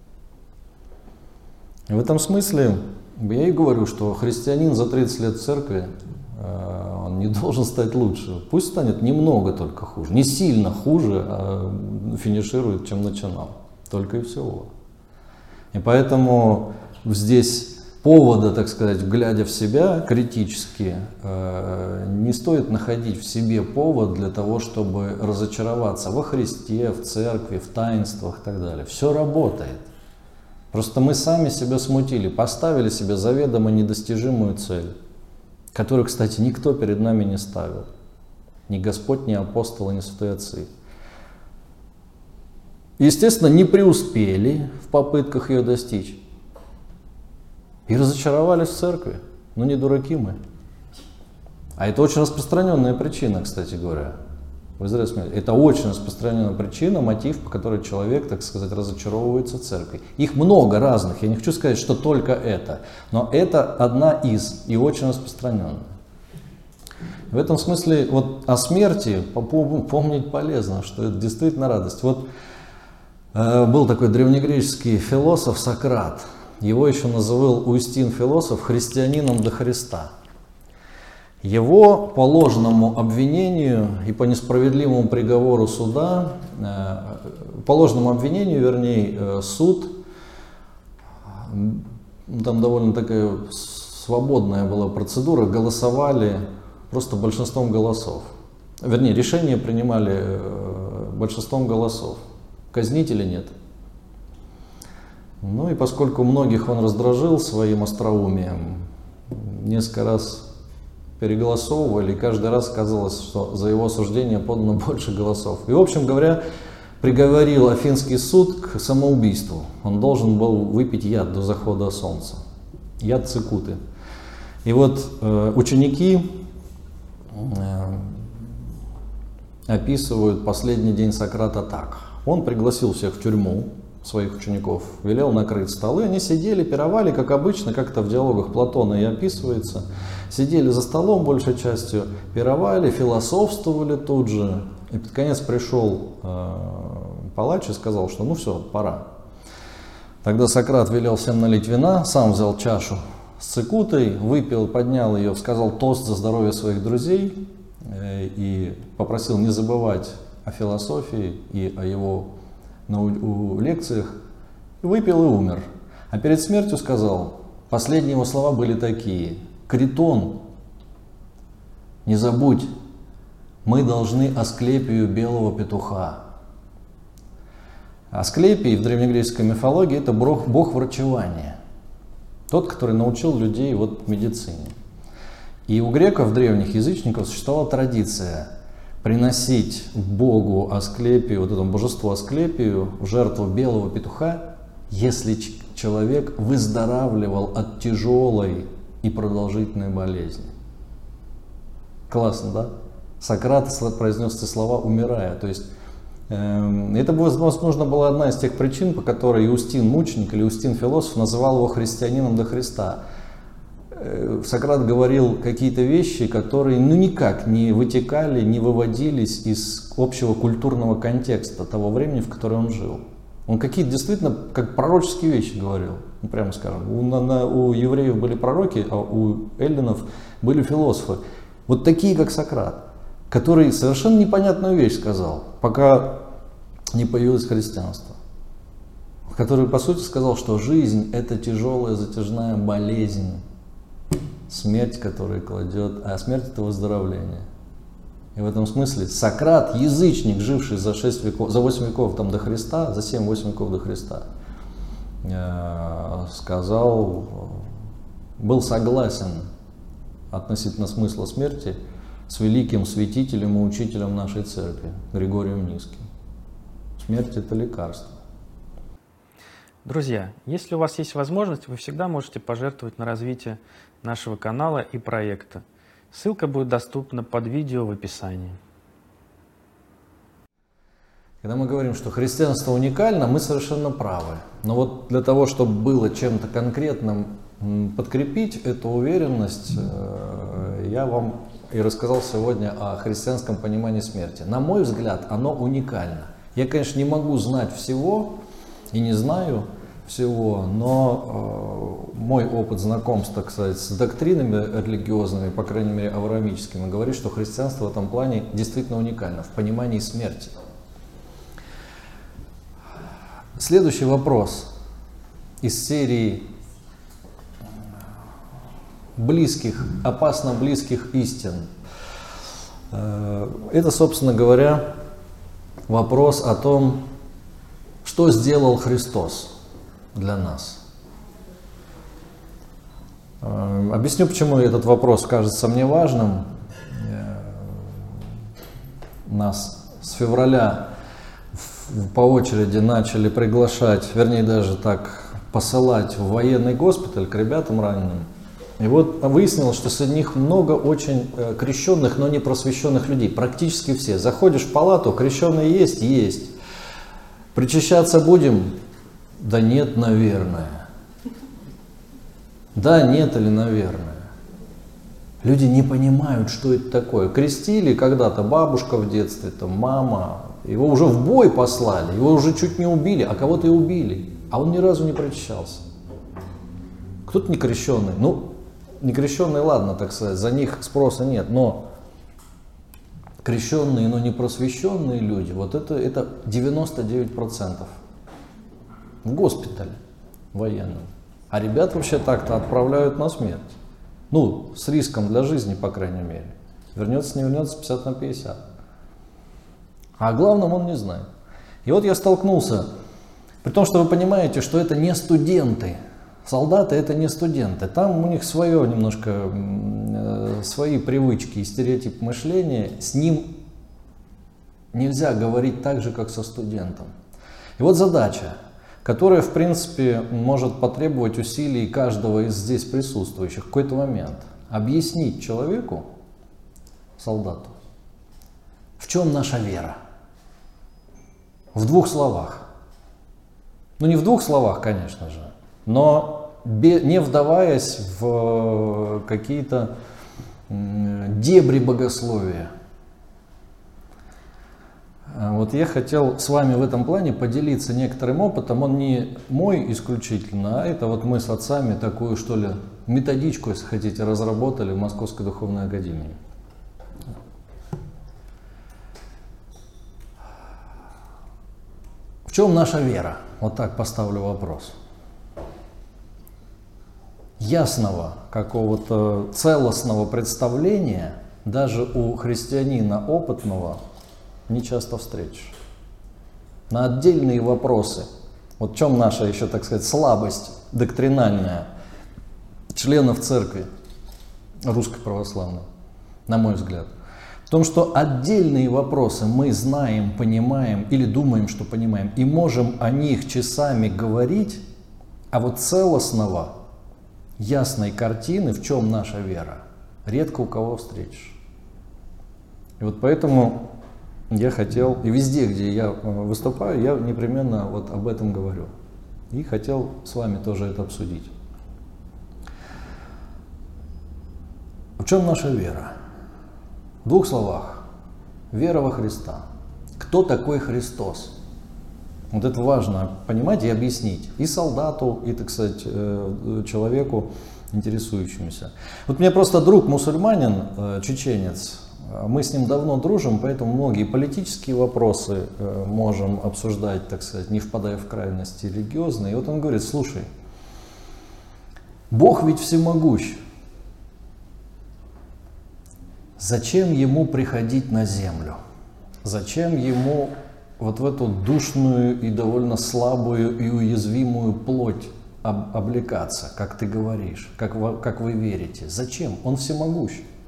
Speaker 1: И в этом смысле я и говорю, что христианин за 30 лет в церкви, он не должен стать лучше. Пусть станет немного только хуже. Не сильно хуже, а финиширует, чем начинал. Только и всего. И поэтому здесь повода, так сказать, глядя в себя критически, не стоит находить в себе повод для того, чтобы разочароваться во Христе, в церкви, в таинствах и так далее. Все работает. Просто мы сами себя смутили, поставили себе заведомо недостижимую цель, которую, кстати, никто перед нами не ставил. Ни Господь, ни апостолы, ни святые отцы. Естественно, не преуспели в попытках ее достичь. И разочаровались в церкви. Ну не дураки мы. А это очень распространенная причина, кстати говоря. Вы зря смеетесь. Это очень распространенная причина, мотив, по которой человек, так сказать, разочаровывается в церкви. Их много разных, я не хочу сказать, что только это, но это одна из, и очень распространенная. В этом смысле вот о смерти помнить полезно, что это действительно радость. Вот был такой древнегреческий философ Сократ, его еще называл Устин философ христианином до Христа. Его по ложному обвинению и по несправедливому приговору суда, по ложному обвинению, вернее, суд, там довольно такая свободная была процедура, голосовали просто большинством голосов. Вернее, решения принимали большинством голосов. Казнить или нет? Ну и поскольку многих он раздражил своим остроумием, несколько раз переголосовывали, и каждый раз казалось, что за его осуждение подано больше голосов. И, в общем говоря, приговорил Афинский суд к самоубийству. Он должен был выпить яд до захода солнца. Яд цикуты. И вот ученики описывают последний день Сократа так. Он пригласил всех в тюрьму, своих учеников, велел накрыть столы, они сидели, пировали, как обычно, как-то в диалогах Платона и описывается. Сидели за столом большей частью, пировали, философствовали тут же. И под конец пришел палач и сказал, что ну все, пора. Тогда Сократ велел всем налить вина, сам взял чашу с цикутой, выпил, поднял ее, сказал тост за здоровье своих друзей и попросил не забывать о философии и о его лекциях, выпил и умер. А перед смертью сказал, последние его слова были такие: Критон, не забудь, мы должны Асклепию белого петуха. Асклепий в древнегреческой мифологии это бог врачевания, тот, который научил людей вот медицине. И у греков, древних язычников, существовала традиция приносить Богу Асклепию, вот этому божеству Асклепию, в жертву белого петуха, если человек выздоравливал от тяжелой и продолжительной болезни. Классно, да? Сократ произнес эти слова, умирая. То есть это, возможно, была одна из тех причин, по которой Иустин мученик или Иустин философ называл его христианином до Христа. Сократ говорил какие-то вещи, которые никак не вытекали, не выводились из общего культурного контекста того времени, в котором он жил. Он какие-то действительно как пророческие вещи говорил, прямо скажем. У евреев были пророки, а у эллинов были философы. Вот такие, как Сократ, который совершенно непонятную вещь сказал, пока не появилось христианство. Который, по сути, сказал, что жизнь – это тяжелая затяжная болезнь. Смерть, которая кладет, а смерть это выздоровление. И в этом смысле Сократ, язычник, живший за 8 веков там, до Христа, за 7-8 веков до Христа, сказал, был согласен относительно смысла смерти с великим святителем и учителем нашей церкви, Григорием Низким. Смерть это лекарство.
Speaker 3: Друзья, если у вас есть возможность, вы всегда можете пожертвовать на развитие нашего канала и проекта. Ссылка будет доступна под видео в описании.
Speaker 1: Когда мы говорим, что христианство уникально, мы совершенно правы. Но вот для того, чтобы было чем-то конкретным подкрепить эту уверенность, я вам и рассказал сегодня о христианском понимании смерти. На мой взгляд, оно уникально. Я, конечно, не могу знать всего и не знаю всего, но мой опыт знакомства, кстати, с доктринами религиозными, по крайней мере авраамическими, говорит, что христианство в этом плане действительно уникально, в понимании смерти. Следующий вопрос из серии близких, опасно близких истин. Это, собственно говоря, вопрос о том, что сделал Христос для нас. Объясню, почему этот вопрос кажется мне важным. Нас с февраля по очереди начали приглашать, вернее даже так, посылать в военный госпиталь к ребятам раненым. И вот выяснилось, что среди них много очень крещенных, но не просвещенных людей. Практически все. Заходишь в палату, крещенные есть? Есть. Причащаться будем? Да нет, наверное. Да, нет или наверное. Люди не понимают, что это такое. Крестили когда-то бабушка в детстве, там, мама. Его уже в бой послали, его уже чуть не убили, а кого-то и убили. А он ни разу не причащался. Кто-то не крещенный. Ну, не крещенные, ладно, так сказать, за них спроса нет. Но крещенные, но не просвещенные люди, вот это 99%. В госпитале военном. А ребят вообще так-то отправляют на смерть. Ну, с риском для жизни, по крайней мере. Вернется, не вернется, 50 на 50. А о главном он не знает. И вот я столкнулся, при том, что вы понимаете, что это не студенты. Солдаты это не студенты. Там у них свое немножко, свои привычки и стереотип мышления. С ним нельзя говорить так же, как со студентом. И вот задача, которая, в принципе, может потребовать усилий каждого из здесь присутствующих в какой-то момент. Объяснить человеку, солдату, в чем наша вера. В двух словах. Ну, не в двух словах, конечно же, но не вдаваясь в какие-то дебри богословия. Вот я хотел с вами в этом плане поделиться некоторым опытом. Он не мой исключительно, а это вот мы с отцами такую, что ли, методичку, если хотите, разработали в Московской Духовной Академии. В чем наша вера? Вот так поставлю вопрос. Ясного, какого-то целостного представления даже у христианина опытного не часто встретишь. На отдельные вопросы, вот в чем наша еще, так сказать, слабость доктринальная членов церкви русской православной, на мой взгляд, в том, что отдельные вопросы мы знаем, понимаем или думаем, что понимаем, и можем о них часами говорить, а вот целостного, ясной картины, в чем наша вера, редко у кого встретишь. И вот поэтому я хотел, и везде, где я выступаю, я непременно вот об этом говорю. И хотел с вами тоже это обсудить. В чем наша вера? В двух словах. Вера во Христа. Кто такой Христос? Вот это важно понимать и объяснить и солдату, и, так сказать, человеку, интересующемуся. Вот мне просто друг мусульманин, чеченец, мы с ним давно дружим, поэтому многие политические вопросы можем обсуждать, так сказать, не впадая в крайности религиозные. И вот он говорит: слушай, Бог ведь всемогущ. Зачем ему приходить на землю? Зачем ему вот в эту душную и довольно слабую и уязвимую плоть облекаться, как ты говоришь, как вы верите? Зачем? Он всемогущ.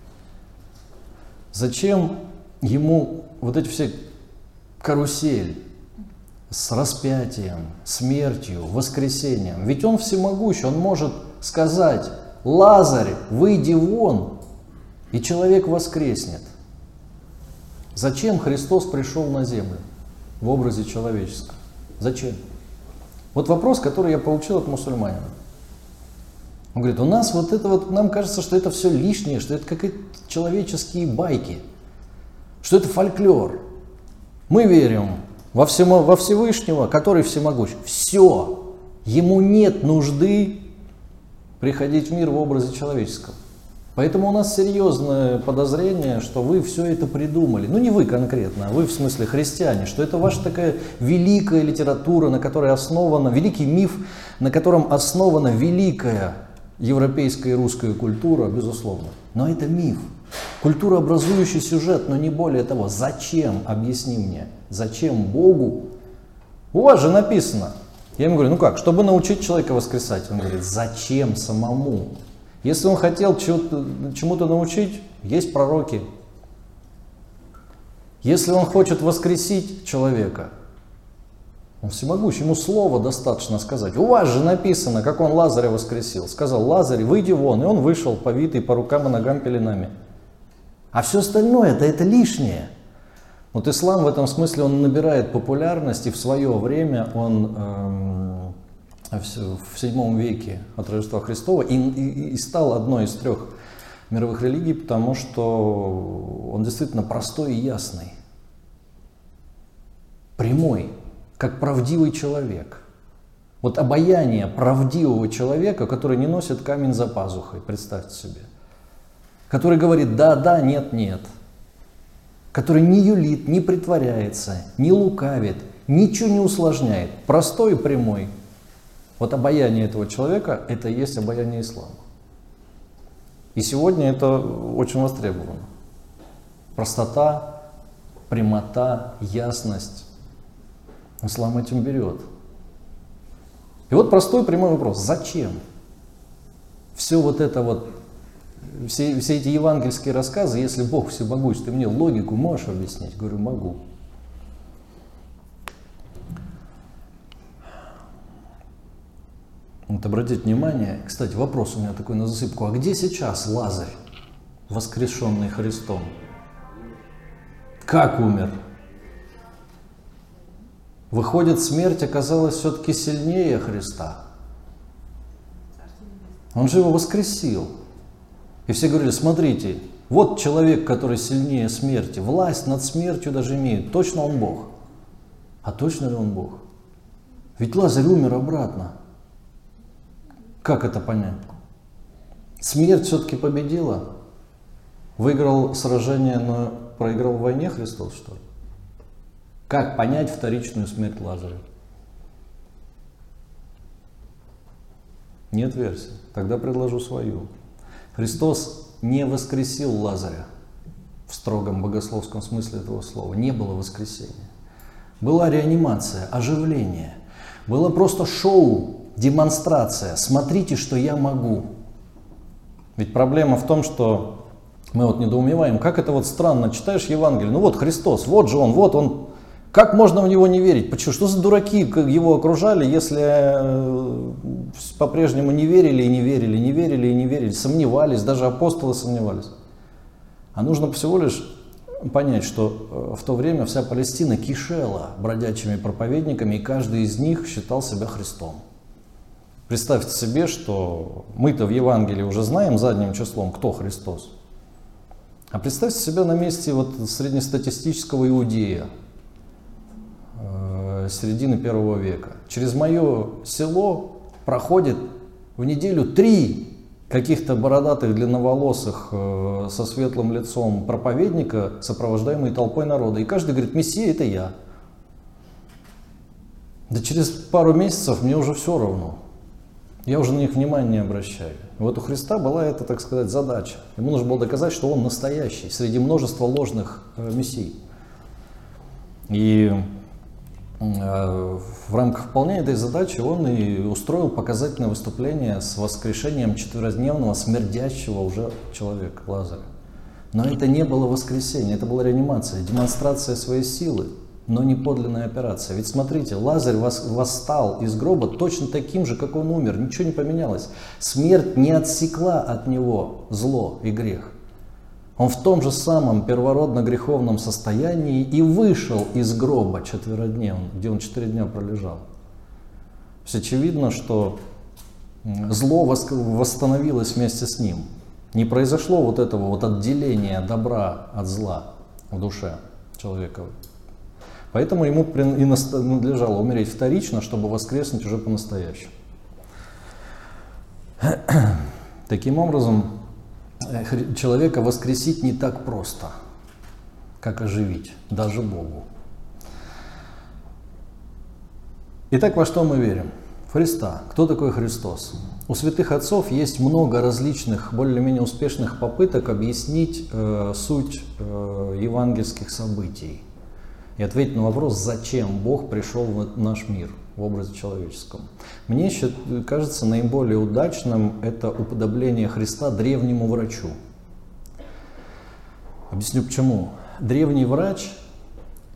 Speaker 1: Зачем ему вот эти все карусель с распятием, смертью, воскресением? Ведь он всемогущ, он может сказать: Лазарь, выйди вон, и человек воскреснет. Зачем Христос пришел на землю в образе человеческом? Зачем? Вот вопрос, который я получил от мусульманина. Он говорит: у нас вот это вот, нам кажется, что это все лишнее, что это какие-то человеческие байки, что это фольклор. Мы верим во Всевышнего, который всемогущ. Все. Ему нет нужды приходить в мир в образе человеческом. Поэтому у нас серьезное подозрение, что вы все это придумали. Ну не вы конкретно, а вы в смысле христиане, что это ваша такая великая литература, на которой основана, великий миф, на котором основана великая европейская и русская культура, безусловно. Но это миф. Культурообразующий сюжет, но не более того. Зачем, объясни мне, зачем Богу? У вас же написано. Я ему говорю: ну как, чтобы научить человека воскресать? Он говорит: зачем самому? Если он хотел чему-то научить, есть пророки. Если он хочет воскресить человека, Он всемогущий, ему слова достаточно сказать. У вас же написано, как он Лазаря воскресил. Сказал: Лазарь, выйди вон. И он вышел, повитый по рукам и ногам пеленами. А все остальное это лишнее. Вот ислам в этом смысле, он набирает популярность, и в свое время он в 7 веке от Рождества Христова и стал одной из 3 мировых религий, потому что он действительно простой и ясный, прямой, как правдивый человек. Вот обаяние правдивого человека, который не носит камень за пазухой, представьте себе, который говорит да, да, нет, нет, который не юлит, не притворяется, не лукавит, ничего не усложняет, простой и прямой. Вот обаяние этого человека – это и есть обаяние ислама. И сегодня это очень востребовано. Простота, прямота, ясность. Ислам этим берет. И вот простой прямой вопрос. Зачем? Все вот это вот, все эти евангельские рассказы, если Бог всемогущ, ты мне логику можешь объяснить? Говорю, могу. Вот обратите внимание, кстати, вопрос у меня такой на засыпку. А где сейчас Лазарь, воскрешенный Христом? Как умер? Выходит, смерть оказалась все-таки сильнее Христа. Он же его воскресил. И все говорили: смотрите, вот человек, который сильнее смерти, власть над смертью даже имеет. Точно он Бог. А точно ли он Бог? Ведь Лазарь умер обратно. Как это понять? Смерть все-таки победила? Выиграл сражение, но проиграл в войне Христос, что ли? Как понять вторичную смерть Лазаря? Нет версии. Тогда предложу свою. Христос не воскресил Лазаря в строгом богословском смысле этого слова. Не было воскресения. Была реанимация, оживление. Было просто шоу, демонстрация. Смотрите, что я могу. Ведь проблема в том, что мы вот недоумеваем, как это вот странно, читаешь Евангелие, ну вот Христос, вот же он, вот он. Как можно в него не верить? Почему? Что за дураки его окружали, если по-прежнему не верили и не верили, не верили и не верили, сомневались, даже апостолы сомневались. А нужно всего лишь понять, что в то время вся Палестина кишела бродячими проповедниками, и каждый из них считал себя Христом. Представьте себе, что мы-то в Евангелии уже знаем задним числом, кто Христос. А представьте себя на месте вот среднестатистического иудея середины 1 века. Через мое село проходит в неделю 3 каких-то бородатых, длинноволосых, со светлым лицом проповедника, сопровождаемые толпой народа. И каждый говорит: Мессия — это я. Да через пару месяцев мне уже все равно. Я уже на них внимания не обращаю. Вот у Христа была эта, так сказать, задача. Ему нужно было доказать, что он настоящий, среди множества ложных мессий. И в рамках выполнения этой задачи он и устроил показательное выступление с воскрешением 4-дневного смердящего уже человека, Лазаря. Но это не было воскресение, это была реанимация, демонстрация своей силы, но не подлинная операция. Ведь смотрите, Лазарь восстал из гроба точно таким же, как он умер, ничего не поменялось. Смерть не отсекла от него зло и грех. Он в том же самом первородно-греховном состоянии и вышел из гроба 4-дневно, где он 4 дня пролежал. То есть очевидно, что зло восстановилось вместе с ним. Не произошло вот этого вот отделения добра от зла в душе человека. Поэтому ему и надлежало умереть вторично, чтобы воскреснуть уже по-настоящему. Таким образом, человека воскресить не так просто, как оживить, даже Богу. Итак, во что мы верим? В Христа. Кто такой Христос? У святых отцов есть много различных, более-менее успешных попыток объяснить суть евангельских событий и ответить на вопрос, зачем Бог пришел в наш мир в образе человеческом. Мне кажется, наиболее удачным это уподобление Христа древнему врачу. Объясню почему. Древний врач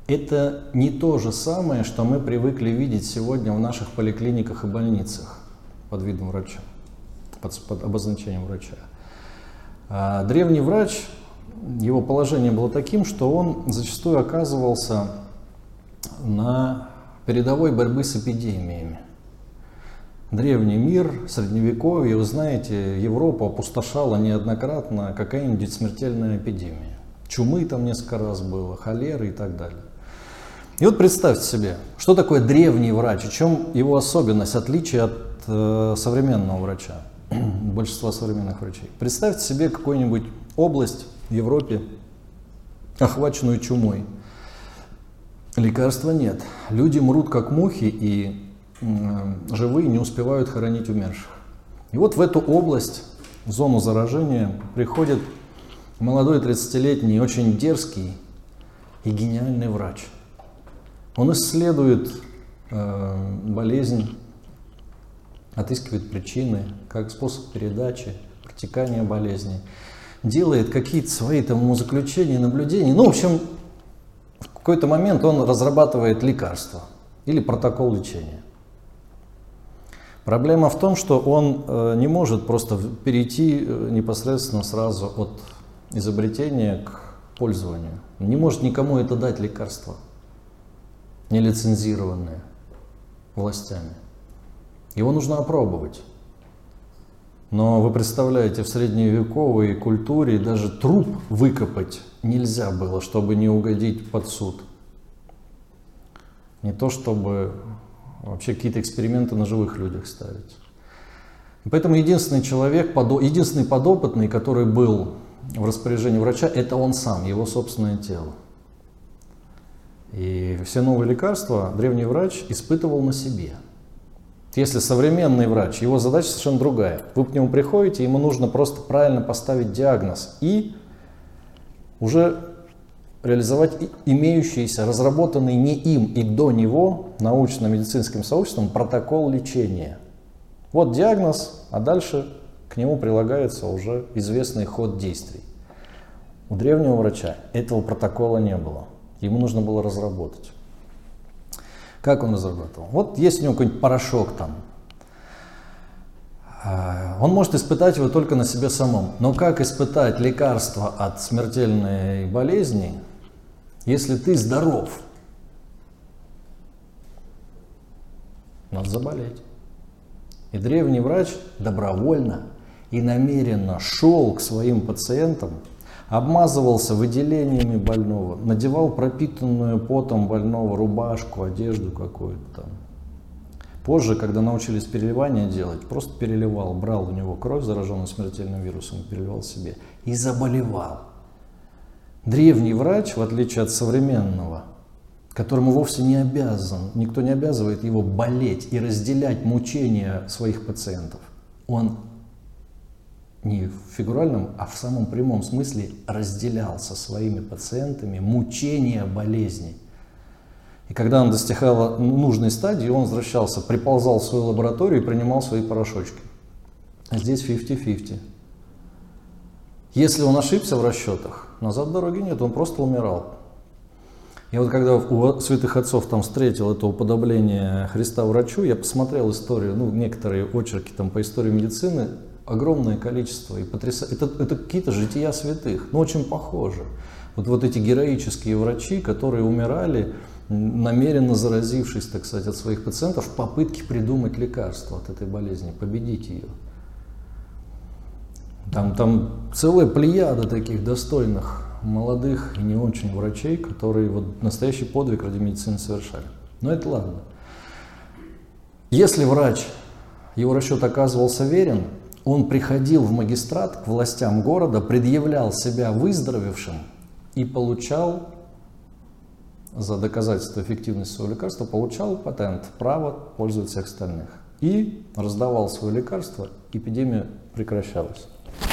Speaker 1: это не то же самое, что мы привыкли видеть сегодня в наших поликлиниках и больницах под видом врача, под обозначением врача. А древний врач, его положение было таким, что он зачастую оказывался на передовой борьбы с эпидемиями. Древний мир, средневековье, вы знаете, Европу опустошала неоднократно какая-нибудь смертельная эпидемия. Чумы там несколько раз было, холеры и так далее. И вот представьте себе, что такое древний врач, в чем его особенность, отличие от современного врача, большинства современных врачей. Представьте себе какую-нибудь область в Европе, охваченную чумой. Лекарства нет. Люди мрут как мухи, и живые не успевают хоронить умерших. И вот в эту область, в зону заражения, приходит молодой 30-летний, очень дерзкий и гениальный врач. Он исследует болезнь, отыскивает причины, как способ передачи, протекания болезни, делает какие-то свои там умозаключения, наблюдения. Ну, в общем, в какой-то момент он разрабатывает лекарство или протокол лечения. Проблема в том, что он не может просто перейти непосредственно сразу от изобретения к пользованию. Не может никому это дать лекарство, нелицензированное властями. Его нужно опробовать. Но вы представляете, в средневековой культуре даже труп выкопать нельзя было, чтобы не угодить под суд. Не то чтобы вообще какие-то эксперименты на живых людях ставить. И поэтому единственный человек, единственный подопытный, который был в распоряжении врача, это он сам, его собственное тело. И все новые лекарства древний врач испытывал на себе. Если современный врач, его задача совершенно другая. Вы к нему приходите, ему нужно просто правильно поставить диагноз и уже реализовать имеющийся, разработанный не им и до него научно-медицинским сообществом протокол лечения. Вот диагноз, а дальше к нему прилагается уже известный ход действий. У древнего врача этого протокола не было. Ему нужно было разработать. Как он разрабатывал? Вот есть у него какой-нибудь порошок там. Он может испытать его только на себе самом. Но как испытать лекарство от смертельной болезни, если ты здоров? Надо заболеть. И древний врач добровольно и намеренно шел к своим пациентам, обмазывался выделениями больного, надевал пропитанную потом больного рубашку, одежду какую-то там. Позже, когда научились переливание делать, просто переливал, брал у него кровь, зараженную смертельным вирусом, переливал себе и заболевал. Древний врач, в отличие от современного, которому вовсе не обязан, никто не обязывает его болеть и разделять мучения своих пациентов, он не в фигуральном, а в самом прямом смысле разделял со своими пациентами мучения болезни. И когда он достигал нужной стадии, он возвращался, приползал в свою лабораторию и принимал свои порошочки. А здесь 50-50. Если он ошибся в расчетах, назад дороги нет, он просто умирал. Я вот когда у святых отцов там встретил это уподобление Христа врачу, я посмотрел историю, некоторые очерки там по истории медицины, огромное количество, и это какие-то жития святых, но очень похожи. Вот эти героические врачи, которые умирали, намеренно заразившись, так сказать, от своих пациентов, в попытке придумать лекарство от этой болезни, победить ее. Там целая плеяда таких достойных, молодых и не очень врачей, которые настоящий подвиг ради медицины совершали. Но это ладно. Если врач, его расчет оказывался верен, он приходил в магистрат к властям города, предъявлял себя выздоровевшим и получал, за доказательство эффективности своего лекарства, получал патент, право пользовать всех остальных. И раздавал свое лекарство, эпидемия прекращалась.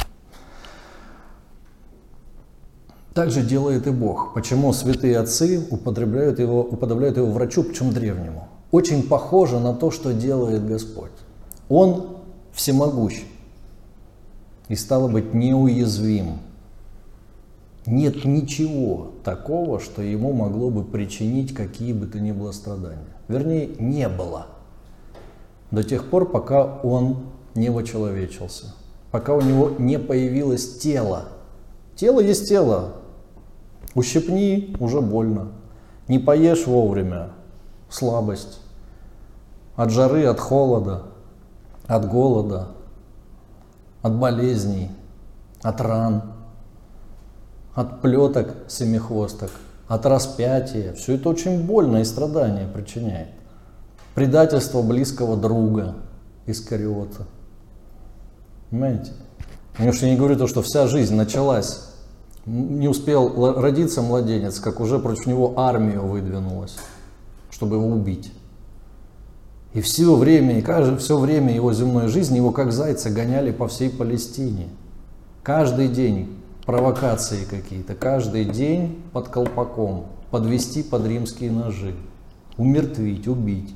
Speaker 1: Так же делает и Бог. Почему святые отцы уподобляют его врачу, причем древнему? Очень похоже на то, что делает Господь. Он всемогущ и, стало быть, неуязвим. нет ничего такого, что ему могло бы причинить какие бы то ни было страдания. Вернее, не было. До тех пор, пока он не вочеловечился, пока у него не появилось тело. Тело есть тело. Ущипни, уже больно. Не поешь вовремя, слабость. От жары, от холода, от голода, от болезней, от ран, от плеток семихвосток, от распятия. Все это очень больно и страдания причиняет. Предательство близкого друга Искариота. Понимаете? Я уж не говорю то, что вся жизнь началась. Не успел родиться младенец, как уже против него армия выдвинулась, чтобы его убить. И все время его земной жизни его как зайца гоняли по всей Палестине. Каждый день провокации какие-то, каждый день под колпаком, подвести под римские ножи, умертвить, убить.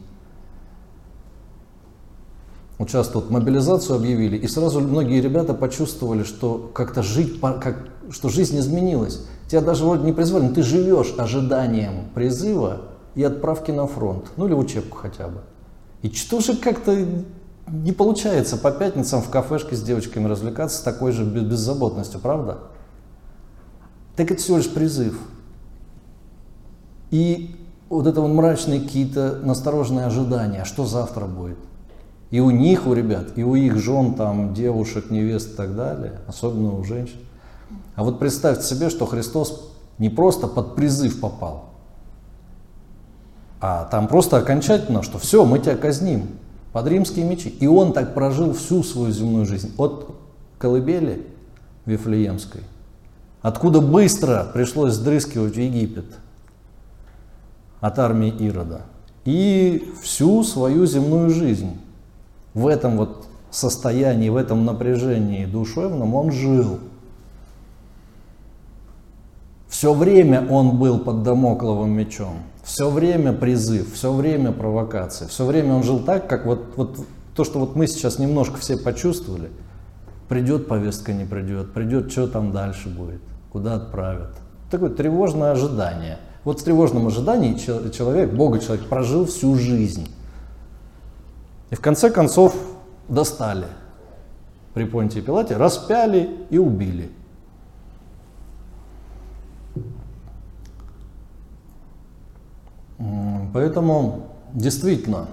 Speaker 1: Вот сейчас тут мобилизацию объявили, и сразу многие ребята почувствовали, что как-то что жизнь изменилась. Тебя даже вроде не призвали, но ты живешь ожиданием призыва и отправки на фронт, ну или в учебку хотя бы. И что же как-то не получается по пятницам в кафешке с девочками развлекаться с такой же беззаботностью, правда? Так это всего лишь призыв. И вот это вот мрачные какие-то настороженные ожидания, что завтра будет. И у них, у ребят, и у их жен, там, девушек, невест и так далее, особенно у женщин. А вот представьте себе, что Христос не просто под призыв попал, а там просто окончательно, что все, мы тебя казним под римские мечи. И он так прожил всю свою земную жизнь. От колыбели Вифлеемской, откуда быстро пришлось сдрыскивать в Египет от армии Ирода, и всю свою земную жизнь. В этом вот состоянии, в этом напряжении душевном он жил. Все время он был под дамокловым мечом, все время призыв, все время провокация, все время он жил так, как вот то, что вот мы сейчас немножко все почувствовали. Придет повестка, не придет, придет, что там дальше будет, куда отправят. Такое тревожное ожидание. Вот в тревожном ожидании человек, Бога-человек, прожил всю жизнь. И в конце концов достали при Понтии Пилате, распяли и убили. Поэтому действительно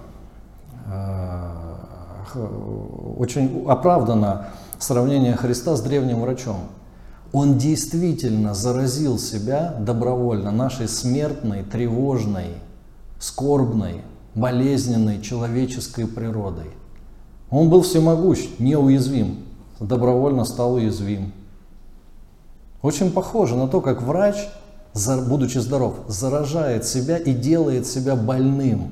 Speaker 1: очень оправдано сравнение Христа с древним врачом. Он действительно заразил себя добровольно нашей смертной, тревожной, скорбной, болезненной человеческой природой. Он был всемогущ, неуязвим, добровольно стал уязвим. Очень похоже на то, как врач, будучи здоров, заражает себя и делает себя больным.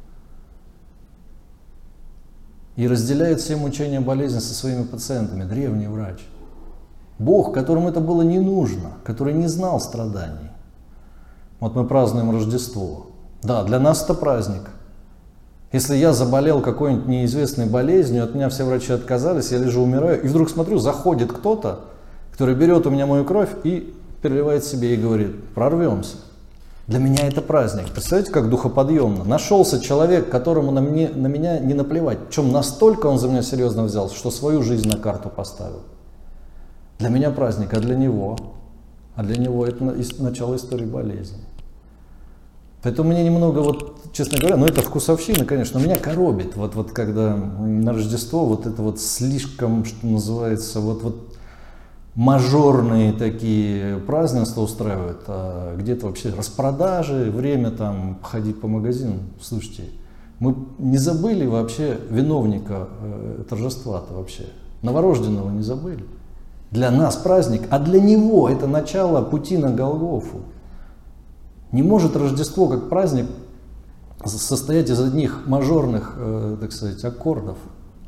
Speaker 1: И разделяет все мучения болезни со своими пациентами. Древний врач. Бог, которому это было не нужно, который не знал страданий. Вот мы празднуем Рождество. Да, для нас это праздник. Если я заболел какой-нибудь неизвестной болезнью, от меня все врачи отказались, я лежу, умираю, и вдруг смотрю, заходит кто-то, который берет у меня мою кровь и переливает себе и говорит: прорвемся. Для меня это праздник. Представляете, как духоподъемно. Нашелся человек, которому на меня не наплевать. Причем настолько он за меня серьезно взялся, что свою жизнь на карту поставил. Для меня праздник, а для него это начало истории болезни. Поэтому мне немного, вот, честно говоря, это вкусовщина, конечно, меня коробит, вот когда на Рождество вот это вот слишком, что называется, вот мажорные такие празднества устраивают, а где-то вообще распродажи, время там ходить по магазинам. Слушайте, мы не забыли вообще виновника торжества-то вообще, новорожденного не забыли. Для нас праздник, а для него это начало пути на Голгофу. Не может Рождество как праздник состоять из одних мажорных, так сказать, аккордов.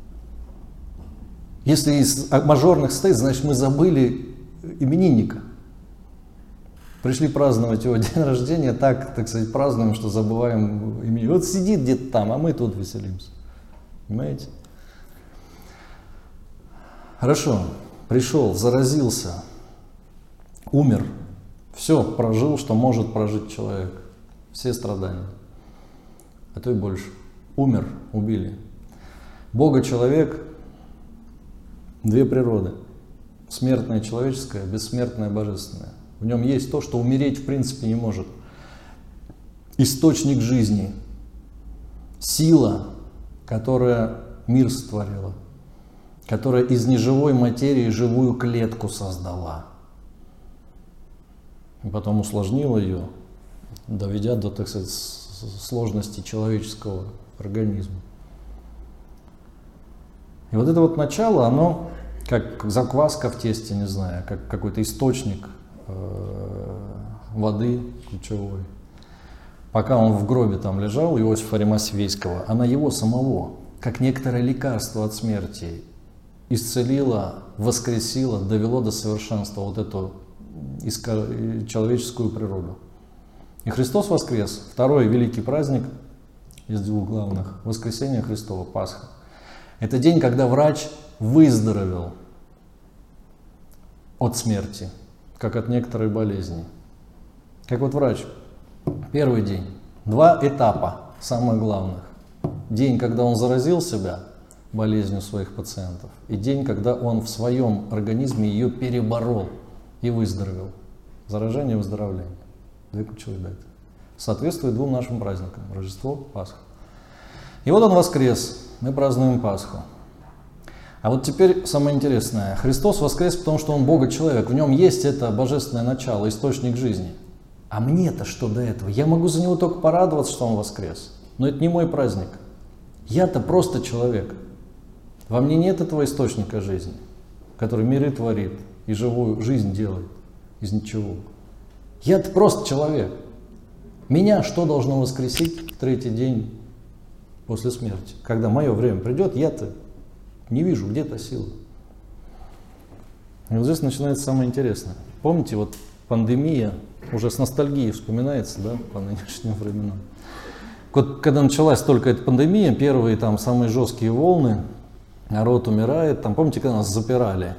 Speaker 1: Если из мажорных стоит, значит мы забыли именинника. Пришли праздновать его день рождения, так сказать, празднуем, что забываем именинника. Вот сидит где-то там, а мы тут веселимся. Понимаете? Хорошо, пришел, заразился, умер, все прожил, что может прожить человек, все страдания, а то и больше. Умер, убили. Бога-человек, две природы. Смертная человеческая, бессмертная божественная. В нем есть то, что умереть в принципе не может. Источник жизни. Сила, которая мир сотворила. Которая из неживой материи живую клетку создала. И потом усложнила ее, доведя до, так сказать, сложности человеческого организма. И вот это вот начало, оно как закваска в тесте, не знаю, как какой-то источник воды ключевой. Пока он в гробе там лежал, Иосифа Аримафейского, она его самого, как некоторое лекарство от смерти, исцелило, воскресило, довело до совершенства вот эту человеческую природу. И Христос воскрес, второй великий праздник из двух главных, воскресение Христово, Пасха. Это день, когда врач выздоровел от смерти, как от некоторой болезни. Как вот врач, первый день, два этапа самых главных. День, когда он заразил себя болезнью своих пациентов, и день, когда он в своем организме ее переборол и выздоровел. Заражение и выздоровление. Две ключевые даты. Соответствует двум нашим праздникам. Рождество, Пасха. И вот он воскрес. Мы празднуем Пасху. А вот теперь самое интересное. Христос воскрес, потому что Он Бога-человек. В Нем есть это божественное начало, источник жизни. А мне-то что до этого? Я могу за Него только порадоваться, что Он воскрес. Но это не мой праздник. Я-то просто человек. Во мне нет этого источника жизни, который миры творит и живую жизнь делает из ничего. Я-то просто человек. Меня что должно воскресить в третий день после смерти? Когда мое время придет, я-то не вижу, где та сила. И вот здесь начинается самое интересное. Помните, вот пандемия уже с ностальгией вспоминается, да, по нынешним временам. Вот когда началась только эта пандемия, первые там самые жесткие волны, народ умирает, там помните, когда нас запирали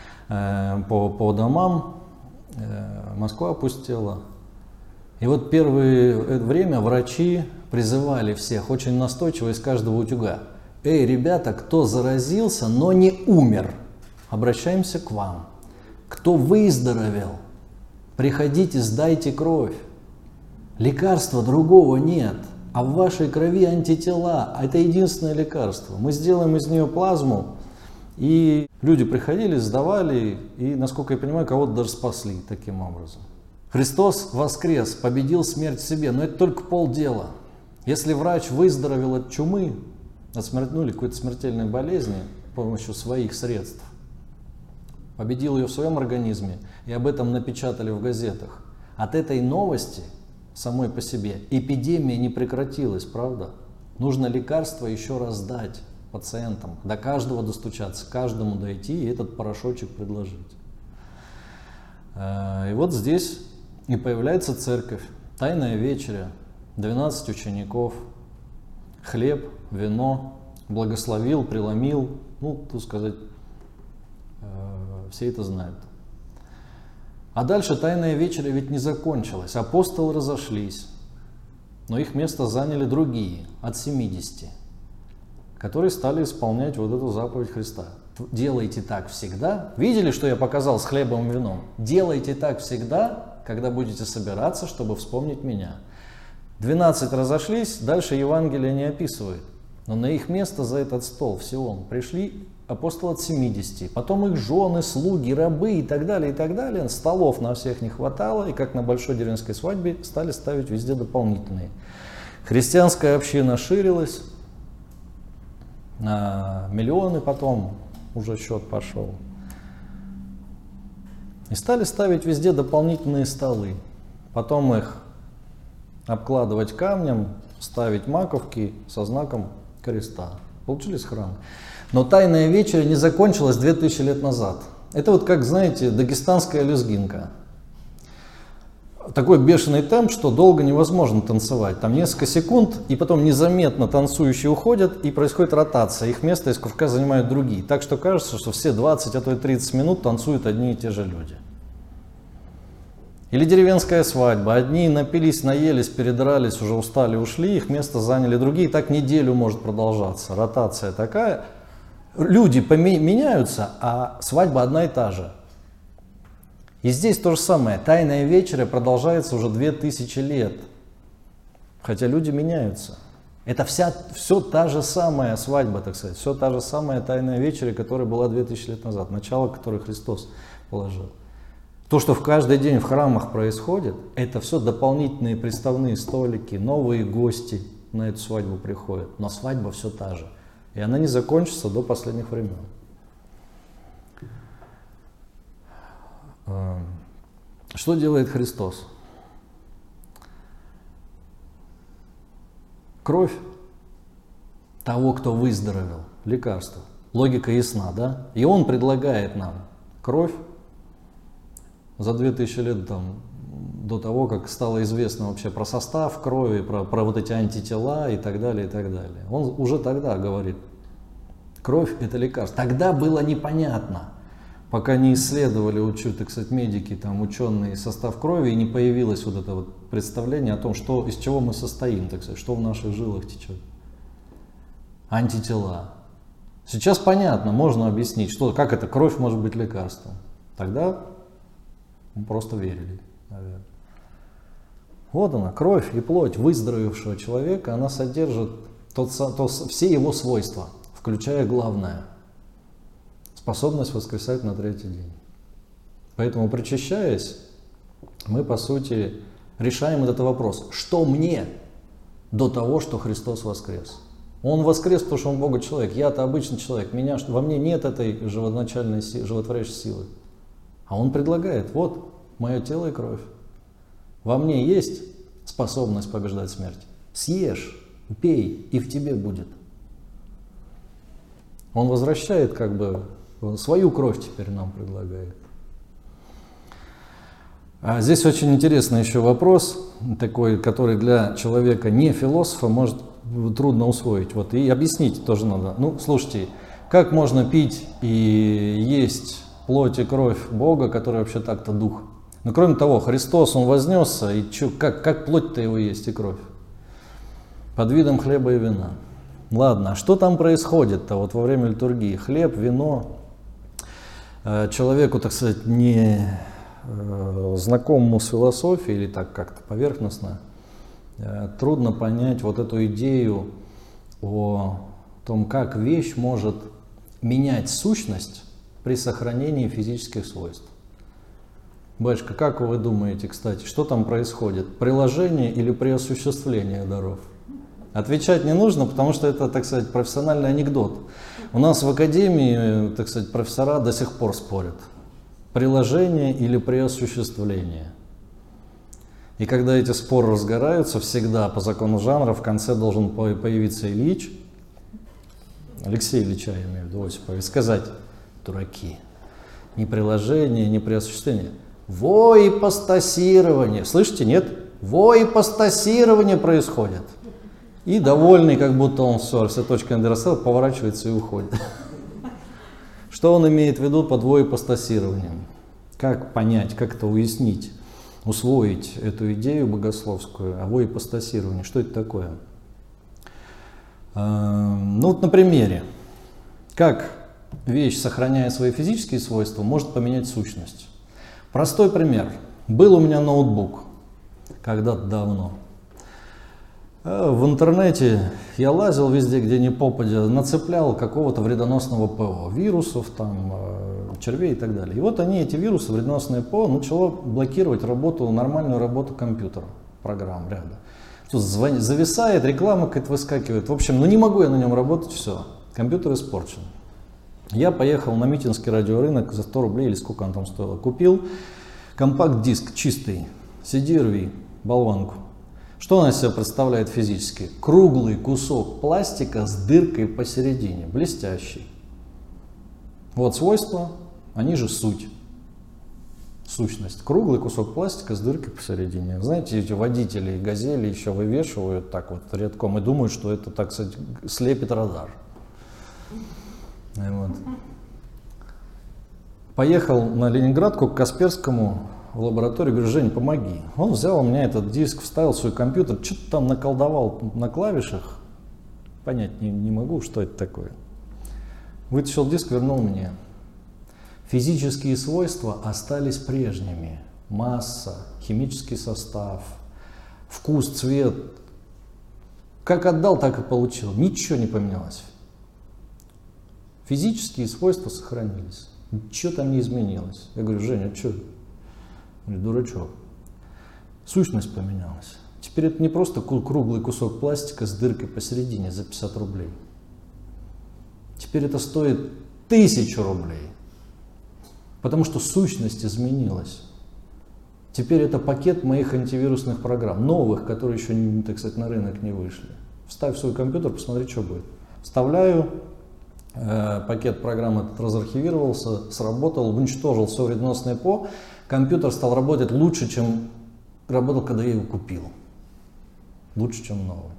Speaker 1: по домам, Москва опустела. И вот первое время врачи призывали всех очень настойчиво из каждого утюга: эй, ребята, кто заразился, но не умер, обращаемся к вам. Кто выздоровел, приходите, сдайте кровь. Лекарства другого нет, а в вашей крови антитела. Это единственное лекарство. Мы сделаем из нее плазму. И люди приходили, сдавали, и, насколько я понимаю, кого-то даже спасли таким образом. Христос воскрес, победил смерть в себе, но это только полдела. Если врач выздоровел от чумы, или какой-то смертельной болезни с помощью своих средств, победил ее в своем организме, и об этом напечатали в газетах, от этой новости самой по себе эпидемия не прекратилась, правда? Нужно лекарство еще раз дать пациентам, до каждого достучаться, каждому дойти и этот порошочек предложить. И вот здесь и появляется церковь, тайная вечеря, 12 учеников, хлеб, вино, благословил, преломил, тут сказать, все это знают. А дальше тайная вечеря ведь не закончилась, апостолы разошлись, но их место заняли другие, от 70, которые стали исполнять вот эту заповедь Христа. Делайте так всегда. Видели, что я показал с хлебом и вином? Делайте так всегда, когда будете собираться, чтобы вспомнить меня. 12 разошлись, дальше Евангелие не описывает. Но на их место за этот стол всего пришли апостолы от 70, потом их жены, слуги, рабы и так далее, и так далее. Столов на всех не хватало, и как на большой деревенской свадьбе стали ставить везде дополнительные. Христианская община ширилась, на миллионы потом уже счет пошел. И стали ставить везде дополнительные столы. Потом их обкладывать камнем, ставить маковки со знаком креста. Получились храмы. Но тайная вечеря не закончилась 2000 лет назад. Это вот как, знаете, дагестанская лезгинка. Такой бешеный темп, что долго невозможно танцевать. Там несколько секунд, и потом незаметно танцующие уходят, и происходит ротация. Их место из кружка занимают другие. Так что кажется, что все 20, а то и 30 минут танцуют одни и те же люди. Или деревенская свадьба. Одни напились, наелись, передрались, уже устали, ушли, их место заняли другие. Так неделю может продолжаться. Ротация такая. Люди меняются, а свадьба одна и та же. И здесь то же самое. Тайная вечеря продолжается уже 2000 лет. Хотя люди меняются. Это все та же самая свадьба, так сказать. Все та же самая тайная вечеря, которая была 2000 лет назад. Начало, которое Христос положил. То, что в каждый день в храмах происходит, это все дополнительные приставные столики, новые гости на эту свадьбу приходят. Но свадьба все та же. И она не закончится до последних времен. Что делает Христос? Кровь того, кто выздоровел, лекарство. Логика ясна, да? И Он предлагает нам кровь. За 2000 лет до того, как стало известно вообще про состав крови, про вот эти антитела и так далее, и так далее. Он уже тогда говорит, кровь это лекарство. Тогда было непонятно, пока не исследовали, так сказать, медики, ученые, состав крови, и не появилось вот это вот представление о том, из чего мы состоим, так сказать, что в наших жилах течет. Антитела. Сейчас понятно, можно объяснить, как эта кровь может быть лекарством. Тогда мы просто верили, наверное. Вот она, кровь и плоть выздоровевшего человека, она содержит все его свойства, включая главное – способность воскресать на третий день. Поэтому, причащаясь, мы, по сути, решаем этот вопрос. Что мне до того, что Христос воскрес? Он воскрес, потому что Он Бога человек. Я-то обычный человек. Во мне нет этой живоначальной животворящей силы. А Он предлагает, вот, мое тело и кровь. Во мне есть способность побеждать смерть. Съешь, пей, и в тебе будет. Он возвращает, свою кровь теперь нам предлагает. А здесь очень интересный еще вопрос, такой, который для человека не философа может трудно усвоить. Вот, и объяснить тоже надо. Слушайте, как можно пить и есть плоть и кровь Бога, который вообще так-то дух? Кроме того, Христос, Он вознесся, и как плоть-то Его есть и кровь? Под видом хлеба и вина. Ладно, а что там происходит-то во время литургии? Хлеб, вино. Человеку, так сказать, не знакомому с философией или так как-то поверхностно, трудно понять вот эту идею о том, как вещь может менять сущность при сохранении физических свойств. Батюшка, как вы думаете, кстати, что там происходит? Приложение или при осуществлении даров? Отвечать не нужно, потому что это, так сказать, профессиональный анекдот. У нас в академии, так сказать, профессора до сих пор спорят. Приложение или при осуществлении. И когда эти споры разгораются, всегда по закону жанра в конце должен появиться Ильич, Алексей Ильича, я имею в виду, Осипова, и сказать: дураки, ни приложение, ни при осуществлении. Воипостасирование. Слышите, нет? Воипостасирование происходит. И довольный, как будто он все точки над «и» расставил, поворачивается и уходит. Что он имеет в виду под воипостасированием? Как понять, как это уяснить, усвоить эту идею богословскую о воипостасировании? Что это такое? На примере. Как вещь, сохраняя свои физические свойства, может поменять сущность? Простой пример. Был у меня ноутбук когда-то давно. В интернете я лазил везде, где ни попадя, нацеплял какого-то вредоносного ПО, вирусов, червей и так далее. И вот эти вирусы, вредоносное ПО, начало блокировать нормальную работу компьютера, программ ряда. Зависает, реклама какая-то выскакивает. В общем, не могу я на нем работать, все, компьютер испорчен. Я поехал на Митинский радиорынок за 100 рублей, или сколько он там стоило, купил компакт-диск чистый, CD-RV, болванку. Что она из себя представляет физически? Круглый кусок пластика с дыркой посередине, блестящий. Вот свойства, они же суть. Сущность. Круглый кусок пластика с дыркой посередине. Знаете, эти водители «Газели» еще вывешивают так вот рядком и думают, что это, так сказать, слепит радар. Вот. Поехал на Ленинградку к Касперскому в лабораторию, говорю: Жень, помоги. Он взял у меня этот диск, вставил в свой компьютер, что-то там наколдовал на клавишах. Понять не могу, что это такое. Вытащил диск, вернул мне. Физические свойства остались прежними. Масса, химический состав, вкус, цвет. Как отдал, так и получил. Ничего не поменялось. Физические свойства сохранились. Ничего там не изменилось. Я говорю: Женя, что? Говорю: дурачок. Сущность поменялась. Теперь это не просто круглый кусок пластика с дыркой посередине за 50 рублей. Теперь это стоит 1000 рублей. Потому что сущность изменилась. Теперь это пакет моих антивирусных программ, новых, которые еще, так сказать, на рынок не вышли. Вставь в свой компьютер, посмотри, что будет. Вставляю, пакет программ этот разархивировался, сработал, уничтожил все вредоносное ПО. Компьютер стал работать лучше, чем работал, когда я его купил. Лучше, чем новый.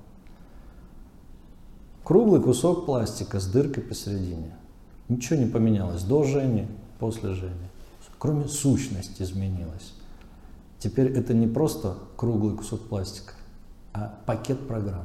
Speaker 1: Круглый кусок пластика с дыркой посередине. Ничего не поменялось до Жени, после Жени. Кроме сущности изменилась. Теперь это не просто круглый кусок пластика, а пакет программ.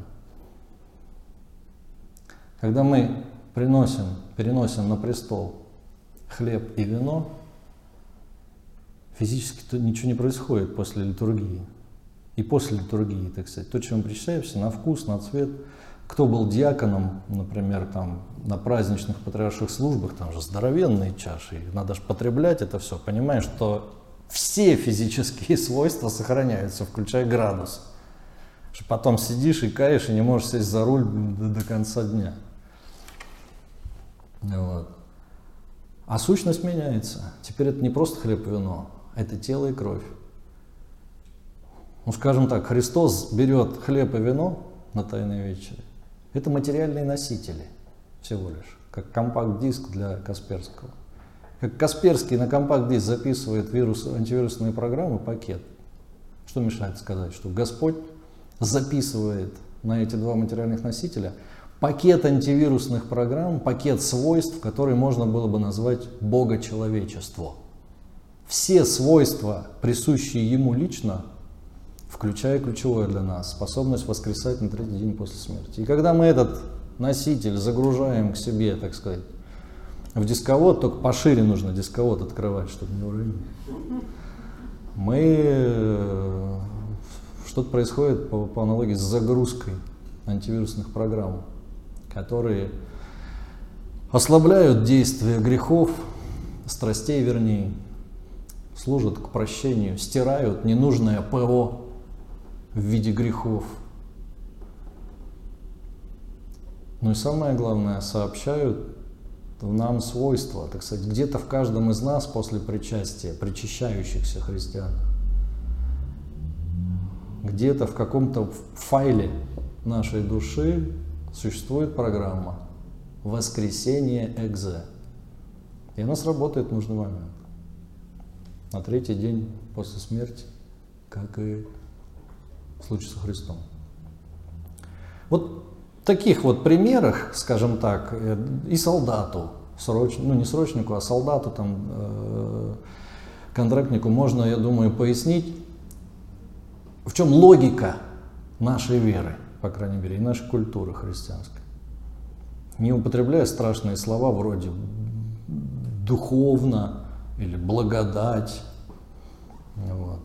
Speaker 1: Когда мы переносим на престол хлеб и вино, физически ничего не происходит после литургии. И после литургии, так сказать, то, чем мы причащаемся, на вкус, на цвет. Кто был диаконом, например, там, на праздничных патриарших службах, там же здоровенные чаши, надо же потреблять это все, понимаешь, что все физические свойства сохраняются, включая градус. Что потом сидишь и каешь, и не можешь сесть за руль до конца дня. Вот. А сущность меняется. Теперь это не просто хлеб и вино, это тело и кровь. Ну, скажем так, Христос берет хлеб и вино на Тайной вечере. Это материальные носители всего лишь, как компакт-диск для Касперского. Как Касперский на компакт-диск записывает антивирусные программы, пакет. Что мешает сказать, что Господь записывает на эти два материальных носителя пакет антивирусных программ, пакет свойств, которые можно было бы назвать богочеловечество. Все свойства, присущие ему лично, включая ключевое для нас, способность воскресать на третий день после смерти. И когда мы этот носитель загружаем к себе, так сказать, в дисковод, только пошире нужно дисковод открывать, чтобы не уронить. Что-то происходит по аналогии с загрузкой антивирусных программ, которые ослабляют действие грехов, страстей вернее, служат к прощению, стирают ненужное ПО в виде грехов. Ну и самое главное, сообщают нам свойства, так сказать, где-то в каждом из нас после причастия, причащающихся христиан, где-то в каком-то файле нашей души существует программа «Воскресение Экзе». И она сработает в нужный момент. На третий день после смерти, как и в случае со Христом. Вот в таких вот примерах, скажем так, и солдату, ну не срочнику, а солдату, там, контрактнику можно, я думаю, пояснить, в чем логика нашей веры, по крайней мере, и нашей культуры христианской. Не употребляя страшные слова вроде «духовно» или «благодать». Вот.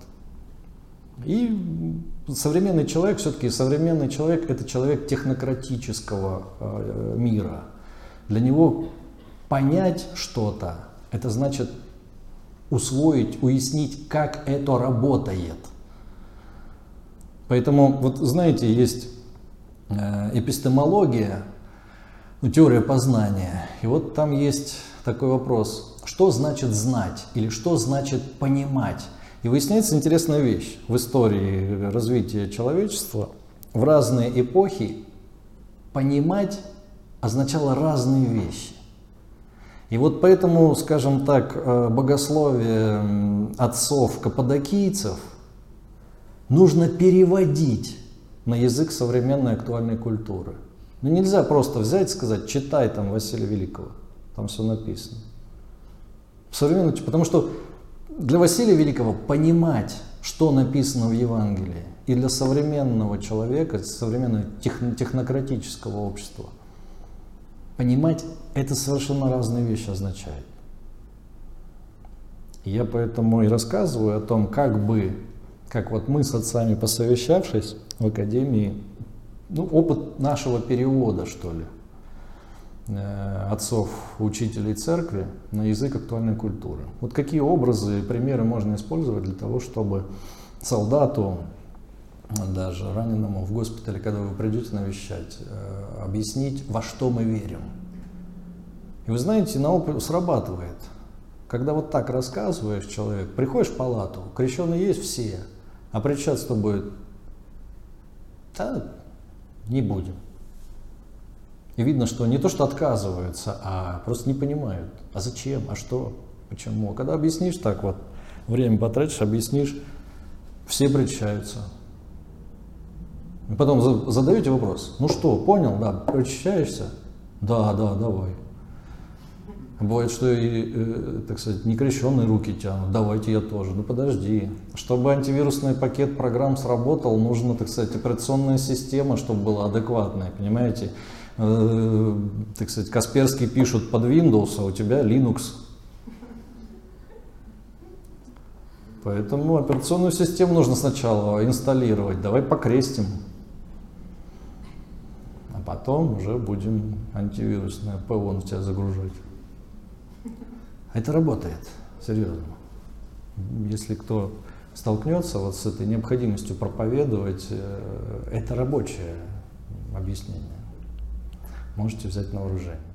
Speaker 1: И современный человек, все-таки современный человек — это человек технократического мира. Для него понять что-то — это значит усвоить, уяснить, как это работает. Поэтому, вот знаете, есть эпистемология, теория познания, и вот там есть такой вопрос: что значит знать или что значит понимать? И выясняется интересная вещь в истории развития человечества. В разные эпохи понимать означало разные вещи. И вот поэтому, скажем так, богословие отцов-каппадокийцев нужно переводить на язык современной актуальной культуры. Ну нельзя просто взять и сказать: читай там Василия Великого, там все написано. Современно, потому что Для Василия Великого понимать, что написано в Евангелии, и для современного человека, современного технократического общества, понимать это совершенно разные вещи означает. Я поэтому и рассказываю о том, как вот мы с отцами посовещавшись в академии, опыт нашего перевода, что ли, отцов, учителей церкви на язык актуальной культуры. Вот какие образы и примеры можно использовать для того, чтобы солдату, даже раненому в госпитале, когда вы придете навещать, объяснить, во что мы верим. И вы знаете, на опыт срабатывает. Когда вот так рассказываешь человек, приходишь в палату, крещеные есть все, а причастство будет, да, не будем. И видно, что не то, что отказываются, а просто не понимают. А зачем? А что? Почему? Когда объяснишь так вот, время потратишь, объяснишь, все причащаются. И потом задаете вопрос, ну что, понял, да, причащаешься? Да, давай. Бывает, что и, так сказать, некрещенные руки тянут, давайте я тоже. Ну подожди, чтобы антивирусный пакет программ сработал, нужно, так сказать, операционная система, чтобы была адекватная, понимаете? Так сказать, Касперский пишут под Windows, а у тебя Linux. Поэтому операционную систему нужно сначала инсталлировать, давай покрестим. А потом уже будем антивирусное ПО на тебя загружать. Это работает, серьезно. Если кто столкнется вот с этой необходимостью проповедовать, это рабочее объяснение. Можете взять на вооружение.